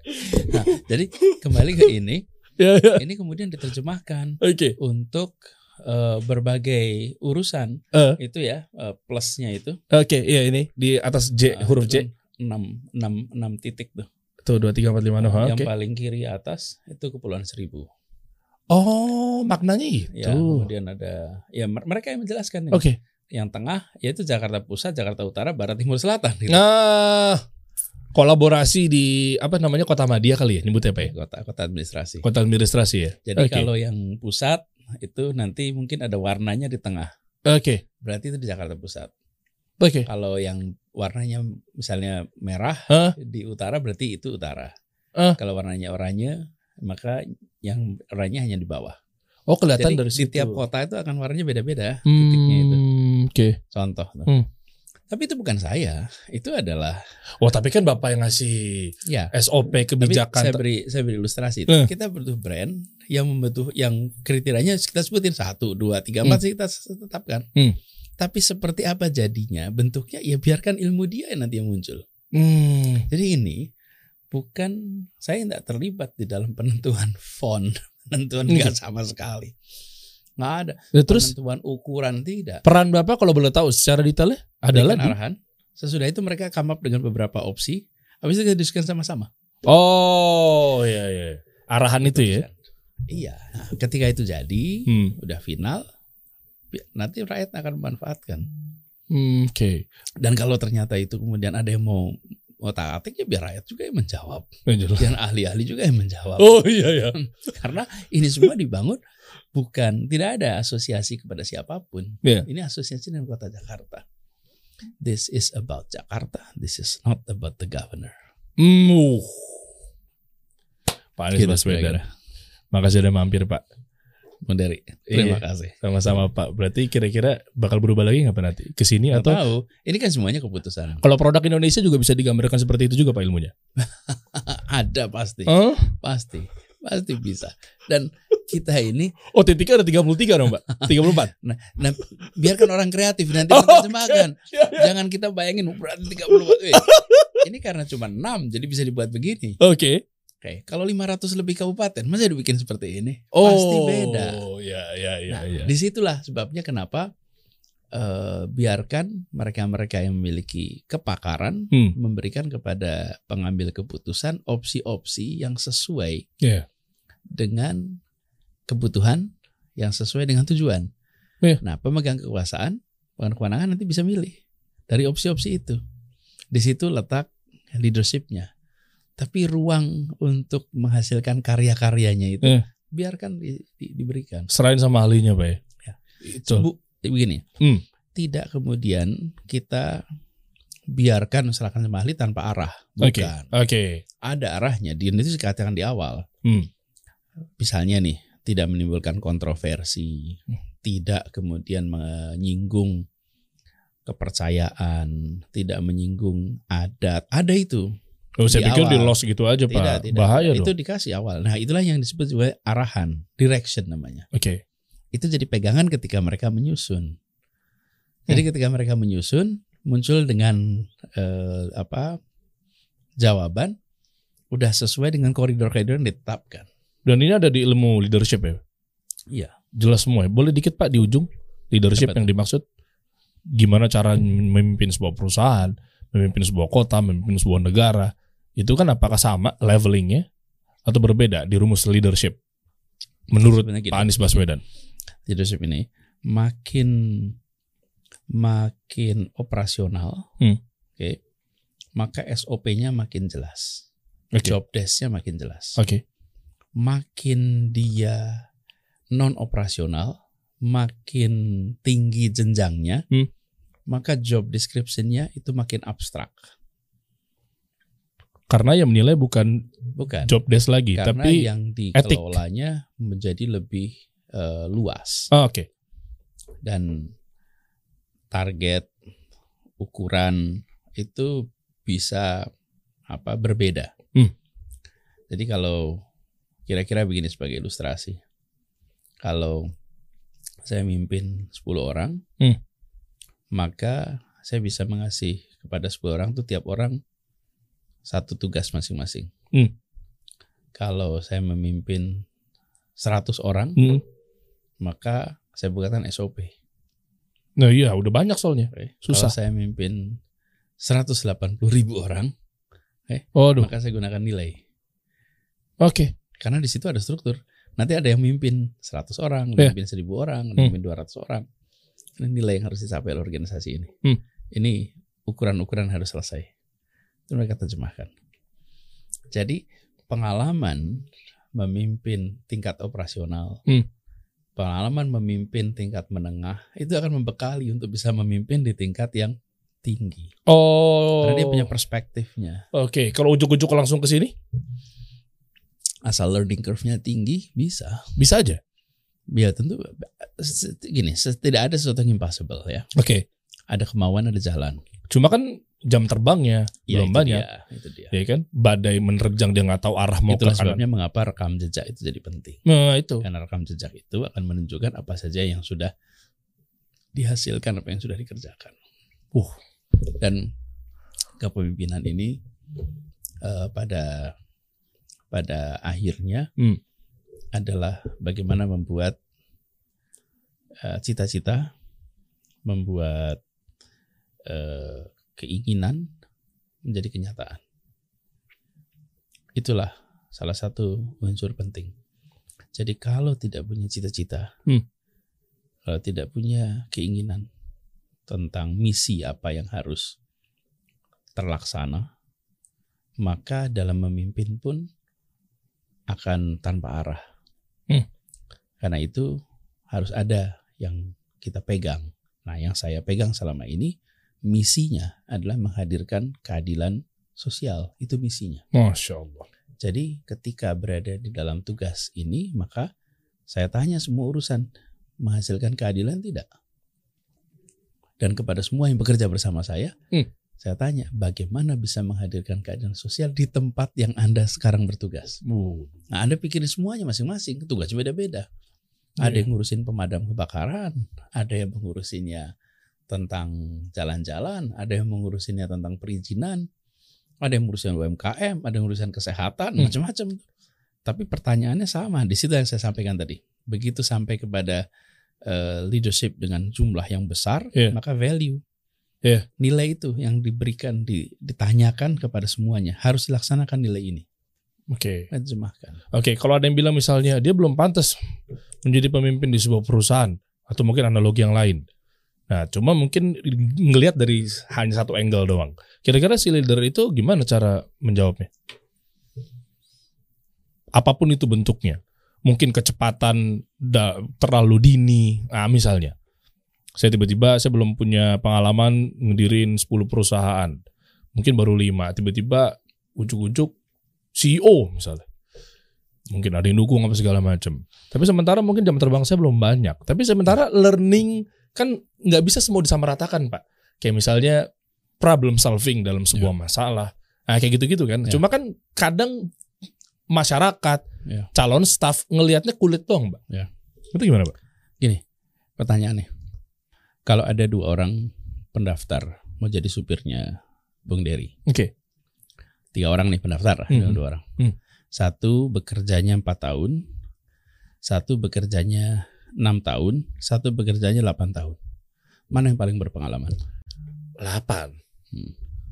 Nah, jadi kembali ke ini, ya, ya. ini kemudian diterjemahkan okay. untuk uh, berbagai urusan Uh. itu ya uh, plusnya itu. Oke, iya ini di atas J Uh, huruf itu J. enam enam enam titik tuh. Tuh dua tiga empat lima enam. Yang Oke. paling kiri atas itu Kepulauan Seribu. Oh, maknanya itu. Ya, kemudian ada ya mereka yang menjelaskan. Oke. Okay. Yang tengah yaitu Jakarta Pusat, Jakarta Utara, Barat, Timur, Selatan. Gitu. Nah, kolaborasi di apa namanya Kota Madia kali ya nyebutnya apa ya? Kota kota administrasi. Kota administrasi ya. Jadi okay. kalau yang pusat itu nanti mungkin ada warnanya di tengah. Oke. Okay. Berarti itu di Jakarta Pusat. Oke. Okay. Kalau yang warnanya misalnya merah huh? di utara berarti itu utara. Uh. Kalau warnanya oranye maka yang oranye hanya di bawah. Oh, kelihatan Jadi dari di situ. tiap kota itu akan warnanya beda-beda hmm, titiknya itu. Oke. Okay. Contoh. Hmm. Tapi itu bukan saya, itu adalah. Oh, tapi kan Bapak yang ngasih ya. S O P kebijakan. Tapi saya beri saya beri ilustrasi. Uh. Kita butuh brand yang membutuh yang kriterianya kita sebutin satu, dua, tiga, empat hmm. sih kita tetapkan. Hmm. Tapi seperti apa jadinya, bentuknya ya biarkan ilmu dia yang nanti yang muncul. Hmm. Jadi ini bukan saya tidak terlibat di dalam penentuan font, penentuan enggak hmm. sama sekali. Nggak ada. Ya, terus penentuan ukuran tidak. Peran Bapak kalau boleh tahu secara detailnya adalah di... arahan. Sesudah itu mereka come up dengan beberapa opsi. Habis itu kita diskusikan sama-sama. Oh, iya iya. Arahan itu, itu ya. Iya. Nah, ketika itu jadi, hmm. udah final, nanti rakyat akan memanfaatkan. Hmm, Oke. Okay. Dan kalau ternyata itu kemudian ada yang mau otak-atik ya biar rakyat juga yang menjawab. Yang ahli-ahli juga yang menjawab. Oh iya iya. Karena ini semua dibangun bukan, tidak ada asosiasi kepada siapapun. Yeah. Ini asosiasi dengan kota Jakarta. This is about Jakarta. This is not about the governor. Mm. Pak Anies Baswedan. Makasih udah mampir Pak. Menderi. Terima iya, kasih. Sama-sama Pak. Berarti kira-kira bakal berubah lagi nggak Pak nanti? Kesini atau? Tahu. Ini kan semuanya keputusan. Kalau produk Indonesia juga bisa digambarkan seperti itu juga Pak ilmunya? Ada pasti. Huh? Pasti. Pasti bisa. Dan kita ini. Oh titiknya ada tiga puluh tiga dong Pak? tiga puluh empat? Nah, nah biarkan orang kreatif nanti menerjemahkan. Okay. Ya, ya. Jangan kita bayangin berarti tiga puluh empat. Wih, ini karena cuma enam jadi bisa dibuat begini. Oke. Okay. Oke, kalau lima ratus lebih kabupaten, masa dibikin seperti ini? Oh, pasti beda. Oh, ya, ya, ya. Nah, ya. Disitulah sebabnya kenapa uh, biarkan mereka-mereka yang memiliki kepakaran hmm. memberikan kepada pengambil keputusan opsi-opsi yang sesuai yeah. dengan kebutuhan, yang sesuai dengan tujuan. Yeah. Nah, pemegang kekuasaan, pemegang kewenangan nanti bisa milih dari opsi-opsi itu. Di situ letak leadership-nya. Tapi ruang untuk menghasilkan karya-karyanya itu eh. biarkan di, di, diberikan. Serahin sama ahlinya Pak ya. ya. Itu. Bu, begini, hmm. tidak kemudian kita biarkan misalkan sama ahli tanpa arah. Bukan. Oke. Okay. Okay. Ada arahnya. Di itu dikatakan di awal. Hmm. Misalnya nih, tidak menimbulkan kontroversi, hmm. tidak kemudian menyinggung kepercayaan, tidak menyinggung adat. Ada itu. Oh, saya pikir di loss gitu aja tidak, Pak. Tidak, bahaya tidak. Dong. Itu dikasih awal. Nah itulah yang disebut juga arahan, direction namanya. Oke. Okay. Itu jadi pegangan ketika mereka menyusun. Jadi hmm. ketika mereka menyusun muncul dengan eh, apa jawaban udah sesuai dengan koridor-koridor yang ditetapkan. Dan ini ada di ilmu leadership ya? Iya. Jelas semua ya. Boleh dikit Pak di ujung leadership Dapat. Yang dimaksud gimana cara memimpin sebuah perusahaan, memimpin sebuah kota, memimpin sebuah negara. Itu kan apakah sama levelingnya atau berbeda di rumus leadership menurut Pak Anies Baswedan? Leadership ini makin makin operasional, hmm. oke, okay, maka S O P-nya makin jelas, okay. Job desk-nya makin jelas. Oke. Okay. Makin dia non operasional, makin tinggi jenjangnya, hmm. maka job description-nya itu makin abstrak. Karena yang menilai bukan, bukan job desk lagi, karena tapi yang dikelolanya etik. Menjadi lebih uh, luas. Oh, Oke. Okay. Dan target, ukuran itu bisa apa berbeda. Hmm. Jadi kalau kira-kira begini sebagai ilustrasi, kalau saya mimpin sepuluh orang, hmm. maka saya bisa mengasih kepada sepuluh orang itu tiap orang satu tugas masing-masing. Hmm. Kalau saya memimpin seratus orang, hmm. maka saya buatkan S O P. Nah iya, udah banyak soalnya. Oke. Susah. Kalau saya mimpin seratus delapan puluh ribu orang, eh, Waduh. maka saya gunakan nilai. Oke. Karena di situ ada struktur. Nanti ada yang mimpin seratus orang, Yeah. mimpin seribu orang, Hmm. mimpin dua ratus orang. Ini nilai yang harus dicapai oleh organisasi ini. Hmm. Ini ukuran-ukuran harus selesai. Itu mereka terjemahkan. Jadi pengalaman memimpin tingkat operasional, Hmm. pengalaman memimpin tingkat menengah, itu akan membekali untuk bisa memimpin di tingkat yang tinggi. Oh. Karena dia punya perspektifnya. Oke, kalau ujuk-ujuk langsung ke sini Asal learning curve-nya tinggi, bisa. bisa aja. Ya tentu gini, tidak ada sesuatu yang impossible ya. Oke. Ada kemauan, ada jalan. Cuma kan jam terbangnya Ya, belum itu banyak. dia, itu dia. Ya kan? Badai menerjang dia nggak tahu arah mau Itulah ke kanan. sebabnya mengapa rekam jejak itu jadi penting. Nah, itu. Karena rekam jejak itu akan menunjukkan apa saja yang sudah dihasilkan, apa yang sudah dikerjakan. Uh, dan kepemimpinan ini uh, pada pada akhirnya Hmm. adalah bagaimana membuat uh, cita-cita, membuat uh, keinginan menjadi kenyataan. Itulah salah satu unsur penting. Jadi kalau tidak punya cita-cita, Hmm. kalau tidak punya keinginan tentang misi apa yang harus terlaksana, maka dalam memimpin pun akan tanpa arah. Hmm. Karena itu harus ada yang kita pegang. Nah, yang saya pegang selama ini, misinya adalah menghadirkan keadilan sosial. Itu misinya. Masya Allah. Jadi ketika berada di dalam tugas ini, maka saya tanya semua urusan, menghasilkan keadilan tidak? Dan kepada semua yang bekerja bersama saya, Hmm. saya tanya bagaimana bisa menghadirkan keadilan sosial di tempat yang Anda sekarang bertugas. Uh. Nah, Anda pikirin semuanya masing-masing, tugasnya beda-beda. Ada yang ngurusin pemadam kebakaran, ada yang mengurusinnya tentang jalan-jalan, ada yang mengurusinnya tentang perizinan, ada yang mengurusin U M K M, ada yang mengurusin kesehatan, Hmm. macam-macam. Tapi pertanyaannya sama, di situ yang saya sampaikan tadi. Begitu sampai kepada uh, leadership dengan jumlah yang besar, Yeah. maka value, Yeah. nilai itu yang diberikan, di, ditanyakan kepada semuanya, harus dilaksanakan nilai ini. Oke. Terjemahkan. Oke, kalau ada yang bilang misalnya dia belum pantas menjadi pemimpin di sebuah perusahaan atau mungkin analogi yang lain. Nah, cuma mungkin ngelihat dari hanya satu angle doang. Kira-kira si leader itu gimana cara menjawabnya? Apapun itu bentuknya. Mungkin kecepatan da, terlalu dini. Nah, misalnya. Saya tiba-tiba saya belum punya pengalaman ngedirin sepuluh perusahaan. Mungkin baru lima. Tiba-tiba ujuk-ujuk C E O misalnya. Mungkin ada yang dukung apa segala macam. Tapi sementara mungkin jam terbang saya belum banyak. Tapi sementara learning kan nggak bisa semua disamaratakan, Pak. Kayak misalnya problem solving dalam sebuah Ya. masalah. Nah, kayak gitu-gitu kan. Ya. Cuma kan kadang masyarakat, Ya. calon staff ngelihatnya kulit doang, Pak. Ya. Itu gimana, Pak? Gini, pertanyaannya. Kalau ada dua orang pendaftar mau jadi supirnya Bung Dery. Oke. Tiga orang nih pendaftar, Hmm. dua orang. Hmm. Satu bekerjanya empat tahun, satu bekerjanya enam tahun, satu bekerjanya delapan tahun. Mana yang paling berpengalaman? delapan. Hmm.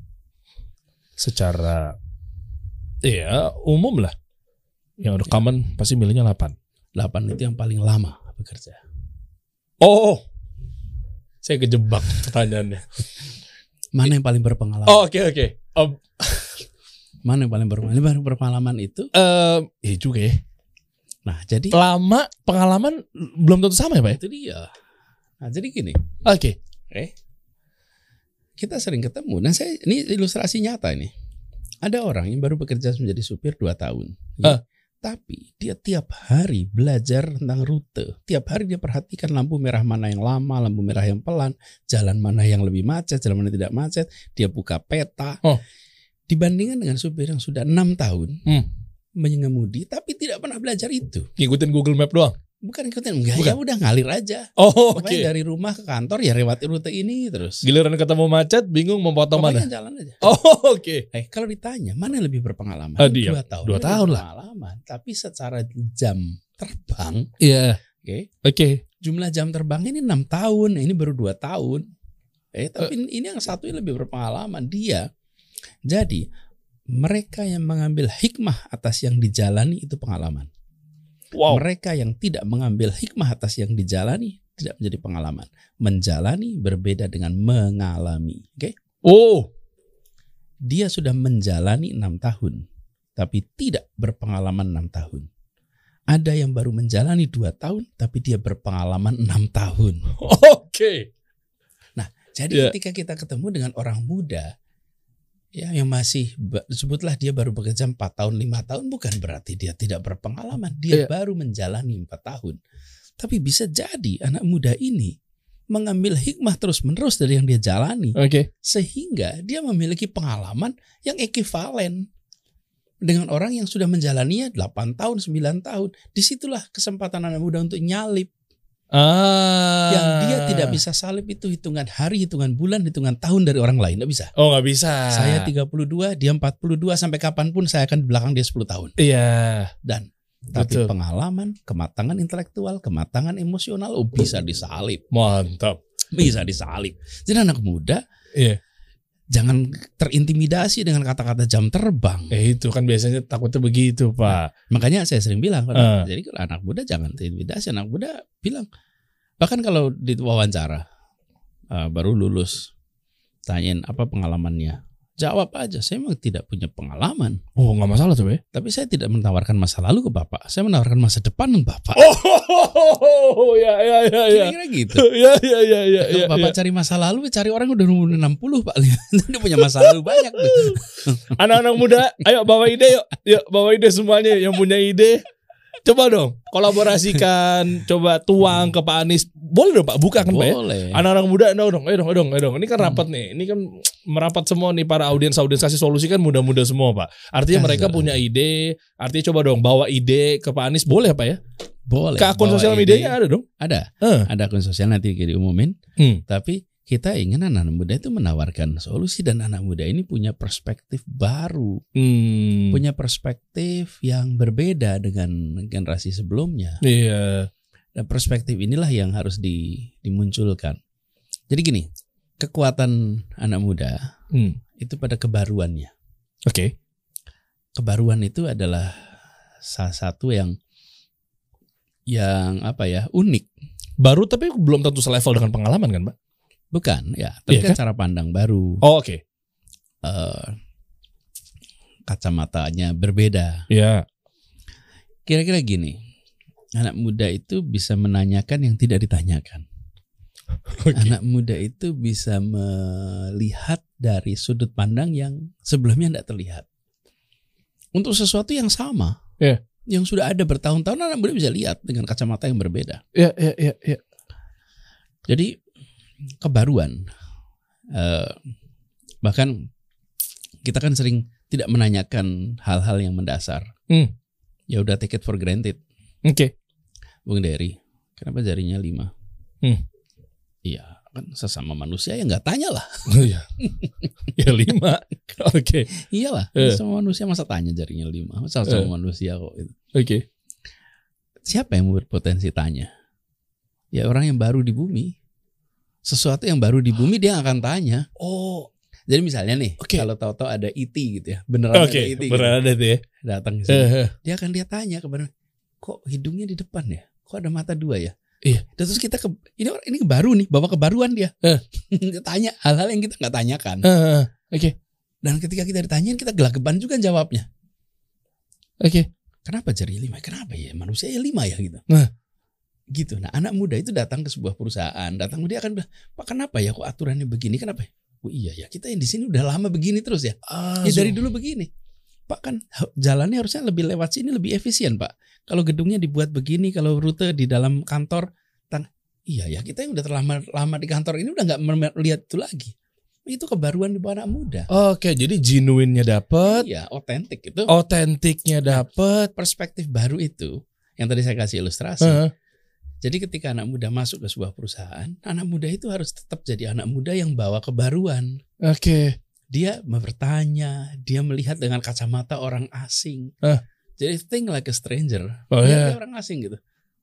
Secara ya umum lah. Yang udah common pasti milihnya delapan. delapan itu yang paling lama bekerja. Oh. Saya kejebak pertanyaannya. Mana yang paling berpengalaman? Oh, oke oke. Um, Mana yang paling berpengalaman? Yang paling berpengalaman itu. eh, iya juga ya. Nah, jadi Lama pengalaman belum tentu sama ya, Pak? itu dia. Nah, jadi gini. Oke. Eh, kita sering ketemu. Nah, saya ini ilustrasi nyata ini. Ada orang yang baru bekerja menjadi supir dua tahun. Ah. Tapi dia tiap hari belajar tentang rute. Tiap hari dia perhatikan lampu merah mana yang lama, lampu merah yang pelan, jalan mana yang lebih macet, jalan mana yang tidak macet. Dia buka peta. Oh. Dibandingkan dengan supir yang sudah enam tahun Hmm. mengemudi, tapi tidak pernah belajar itu. Ngikutin Google Map doang. Bukan ikutin, enggak, Bukan. ya udah ngalir aja. Oh, oke. Pokoknya dari rumah ke kantor ya lewati rute ini terus. Giliran ketemu macet, bingung mau potong Pokoknya mana. jalan aja. Oh, oke. Eh, kalau ditanya mana yang lebih berpengalaman? Ah, dia. dua tahun. Dua Lebih tahun lah. berpengalaman. Tapi secara jam terbang, Iya. oke, Oke. jumlah jam terbangnya ini enam tahun, ini baru dua tahun. Eh tapi uh, ini yang satu yang lebih berpengalaman dia. Jadi mereka yang mengambil hikmah atas yang dijalani itu pengalaman. Wow. Mereka yang tidak mengambil hikmah atas yang dijalani tidak menjadi pengalaman. Menjalani berbeda dengan mengalami. Oke? Okay? Oh, dia sudah menjalani enam tahun, tapi tidak berpengalaman enam tahun. Ada yang baru menjalani dua tahun, tapi dia berpengalaman enam tahun. Oke. Okay. Nah, jadi yeah. ketika kita ketemu dengan orang muda, ya yang masih sebutlah dia baru bekerja empat tahun, lima tahun, bukan berarti dia tidak berpengalaman. Dia yeah. baru menjalani empat tahun. Tapi bisa jadi anak muda ini mengambil hikmah terus-menerus dari yang dia jalani. Okay. Sehingga dia memiliki pengalaman yang ekivalen dengan orang yang sudah menjalaninya delapan tahun, sembilan tahun. Disitulah kesempatan anak muda untuk nyalip. Ah. Yang dia tidak bisa salib itu hitungan hari, hitungan bulan, hitungan tahun dari orang lain. Tidak bisa. Oh, nggak bisa. Saya tiga puluh dua, dia empat puluh dua, sampai kapanpun saya akan di belakang dia sepuluh tahun. Iya. Dan tapi betul. Pengalaman, kematangan intelektual, kematangan emosional, oh bisa disalib. Mantap. Bisa disalib. Jadi anak muda, iya. jangan terintimidasi dengan kata-kata jam terbang. Eh itu kan biasanya takutnya begitu, Pak. Nah, makanya saya sering bilang, uh. jadi kalau anak muda jangan terintimidasi. Anak muda bilang, bahkan kalau di wawancara uh, baru lulus, tanyain apa pengalamannya, jawab aja, saya memang tidak punya pengalaman. Oh, nggak masalah tuh, ya. Tapi saya tidak menawarkan masa lalu ke Bapak, saya menawarkan masa depan ke Bapak. Oh, ya, ya, ya, ya. Kira-kira gitu. Ya, ya, ya, ya. Kalau ya, Bapak ya. cari masa lalu, cari orang yang udah umur enam puluh, Pak. Dia punya masa lalu banyak. Anak-anak muda, ayo bawa ide yuk. Yuk, bawa ide semuanya yang punya ide. Coba dong, kolaborasikan, coba tuang ke Pak Anies. Boleh dong Pak, buka kan Pak ya? Boleh. Anak-anak muda, ayo dong, ayo dong, ayo dong, ayo dong. Ini kan rapat hmm. nih, ini kan merapat semua nih para audiens-audiens kasih solusi kan muda-muda semua Pak. Artinya mereka punya ide, artinya coba dong bawa ide ke Pak Anies, boleh Pak ya? Boleh. Ke akun sosial medianya ada dong? Ada, uh. ada akun sosial nanti diumumin. Hmm. Tapi kita ingin anak-anak muda itu menawarkan solusi dan anak muda ini punya perspektif baru, hmm. punya perspektif yang berbeda dengan generasi sebelumnya. Iya. Dan perspektif inilah yang harus di, dimunculkan. Jadi gini, kekuatan anak muda hmm. itu pada kebaruannya. Oke. Okay. Kebaruan itu adalah salah satu yang yang apa ya unik. Baru tapi belum tentu selevel dengan pengalaman kan Pak? Bukan, ya. Tapi iya, kan, kan cara pandang baru. Oh, oke. Okay. Uh, kacamatanya berbeda. Iya. Kira-kira gini, anak muda itu bisa menanyakan yang tidak ditanyakan. Okay. Anak muda itu bisa melihat dari sudut pandang yang sebelumnya tidak terlihat. Untuk sesuatu yang sama, yeah. yang sudah ada bertahun-tahun, anak muda bisa lihat dengan kacamata yang berbeda. Iya, iya, iya. Ya. Jadi kebaruan, uh, bahkan kita kan sering tidak menanyakan hal-hal yang mendasar. Hmm. Ya udah take it for granted. Oke. Okay. Bung Dery, kenapa jarinya lima? Hmm. Iya, kan sesama manusia ya nggak tanya lah. Iya. Ya lima. Oke. Okay. Iyalah, uh. sesama manusia masa tanya jarinya lima? Sesama uh. manusia kok. Oke. Okay. Siapa yang berpotensi tanya? Ya orang yang baru di bumi. Sesuatu yang baru di bumi dia akan tanya. Oh, jadi misalnya nih, okay. kalau tahu-tahu ada E T gitu ya, beneran okay. ada E T. Beneran gitu, ada tuh ya. Datang ke sini, uh, dia akan dia tanya kepada, kok hidungnya di depan ya? Kok ada mata dua ya? Iya. Dan terus kita ke, ini ini baru nih, bawa kebaruan dia. Uh. Dia tanya hal-hal yang kita nggak tanyakan. Uh, uh, Oke. Okay. Dan ketika kita ditanyain, kita gelagapan juga jawabnya. Oke. Okay. Kenapa jari lima? Kenapa ya manusia ya lima ya gitu? Uh. Gitu. Nah anak muda itu datang ke sebuah perusahaan, datang dia akan bilang, Pak kenapa ya kok aturannya begini, kenapa? Oh iya ya kita yang di sini udah lama begini terus ya. Ah, ya so. Dari dulu begini. Pak kan jalannya harusnya lebih lewat sini lebih efisien Pak. Kalau gedungnya dibuat begini, kalau rute di dalam kantor, tan iya ya kita yang udah terlama lama di kantor ini udah nggak melihat itu lagi. Itu kebaruan di bawah anak muda. Oke, jadi genuine-nya dapet. Iya, otentik itu. Otentiknya dapet. Perspektif baru itu yang tadi saya kasih ilustrasi. Uh-huh. Jadi ketika anak muda masuk ke sebuah perusahaan, anak muda itu harus tetap jadi anak muda yang bawa kebaruan. Oke. Okay. Dia bertanya, dia melihat dengan kacamata orang asing. Uh. Jadi think like a stranger. Oh, dia, yeah. dia orang asing gitu.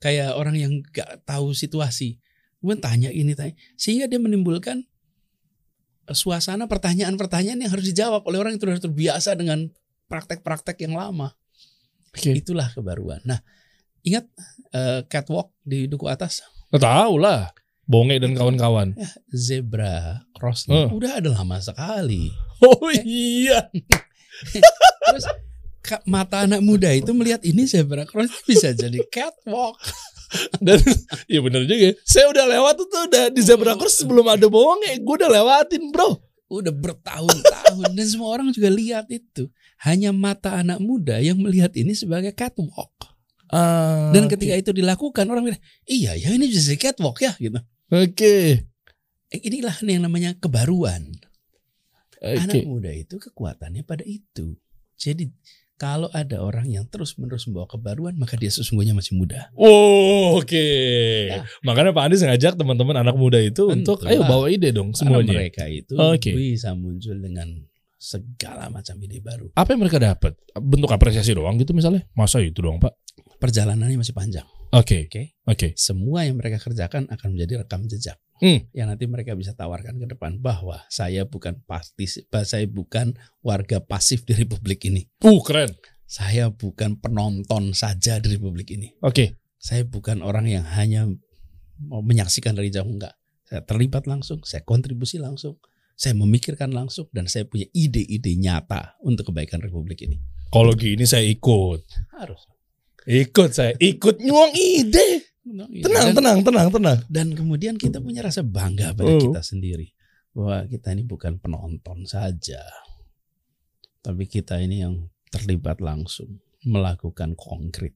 kayak orang yang gak tahu situasi. Kemudian tanya ini tanya, sehingga dia menimbulkan suasana pertanyaan-pertanyaan yang harus dijawab oleh orang yang sudah terbiasa dengan praktek-praktek yang lama. Oke. Itulah kebaruan. Nah, ingat uh, catwalk di Duku Atas? Tahu lah, Bonge dan kawan-kawan. Ya, zebra cross Uh. udah ada lama sekali. Oh iya. Terus ka- mata anak muda itu melihat ini zebra cross bisa jadi catwalk. Dan iya benar juga. Saya udah lewat itu udah di zebra cross sebelum ada Bonge, gue udah lewatin, bro. Udah bertahun-tahun dan semua orang juga lihat itu. Hanya mata anak muda yang melihat ini sebagai catwalk. Uh, Dan ketika itu dilakukan orang bilang, iya ya ini bisa jadi catwalk ya gitu. Oke. Okay. Eh, inilah yang namanya kebaruan. Okay. Anak muda itu kekuatannya pada itu. Jadi kalau ada orang yang terus-menerus membawa kebaruan, maka dia sesungguhnya masih muda. Oh, oke. Okay. Ya. Makanya Pak Andis ngajak teman-teman anak muda itu Tentu untuk ayo lah. bawa ide dong Karena semuanya. mereka itu Oke. bisa muncul dengan segala macam ide baru. Apa yang mereka dapat? Bentuk apresiasi doang gitu misalnya? Masa itu doang, Pak? Perjalanannya masih panjang. Oke. Oke. Oke. Semua yang mereka kerjakan akan menjadi rekam jejak. Hmm. Yang nanti mereka bisa tawarkan ke depan bahwa saya bukan pasif, saya bukan warga pasif di Republik ini. Uh, keren. Saya bukan penonton saja di Republik ini. Oke. Saya bukan orang yang hanya mau menyaksikan dari jauh, enggak. Saya terlibat langsung, saya kontribusi langsung, saya memikirkan langsung, dan saya punya ide-ide nyata untuk kebaikan Republik ini. Kalau gini saya ikut. Harus. Ikut saya, ikut nyuang ide. Tenang, dan, tenang, tenang, tenang. Dan kemudian kita punya rasa bangga pada Oh. kita sendiri. Bahwa kita ini bukan penonton saja. Tapi kita ini yang terlibat langsung. Melakukan konkret.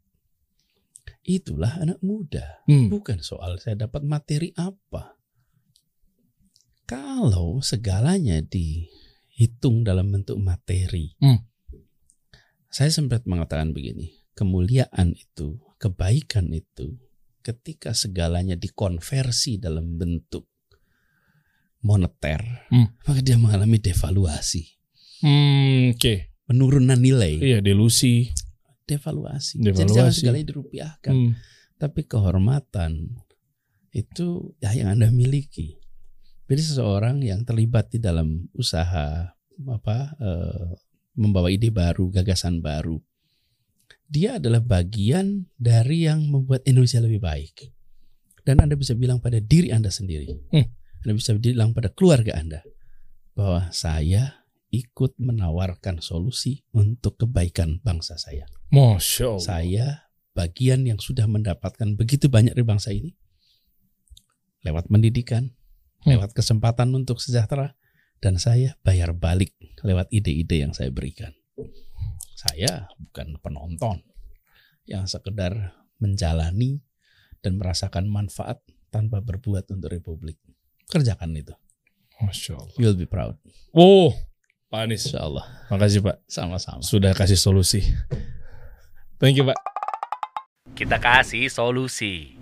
Itulah anak muda. Hmm. Bukan soal saya dapat materi apa. Kalau segalanya dihitung dalam bentuk materi. Hmm. Saya sempat mengatakan begini. Kemuliaan itu, kebaikan itu, ketika segalanya dikonversi dalam bentuk moneter, Hmm. maka dia mengalami devaluasi, Hmm, oke. Okay. penurunan nilai, Iya, delusi. devaluasi. Devaluasi. Jadi jangan segalanya dirupiahkan, Hmm. tapi kehormatan itu ya yang Anda miliki. Jadi seseorang yang terlibat di dalam usaha apa eh, membawa ide baru, gagasan baru, dia adalah bagian dari yang membuat Indonesia lebih baik. Dan Anda bisa bilang pada diri Anda sendiri. Hmm. Anda bisa bilang pada keluarga Anda. Bahwa saya ikut menawarkan solusi untuk kebaikan bangsa saya. Masya Allah. Saya bagian yang sudah mendapatkan begitu banyak dari bangsa ini. Lewat pendidikan. Hmm. Lewat kesempatan untuk sejahtera. Dan saya bayar balik lewat ide-ide yang saya berikan. Saya bukan penonton yang sekedar menjalani dan merasakan manfaat tanpa berbuat untuk Republik. Kerjakan itu. Masya Allah. You'll be proud. Oh, Pak Anies. Insya Allah. Makasih Pak. Sama-sama. Sudah kasih solusi. Thank you Pak. Kita kasih solusi.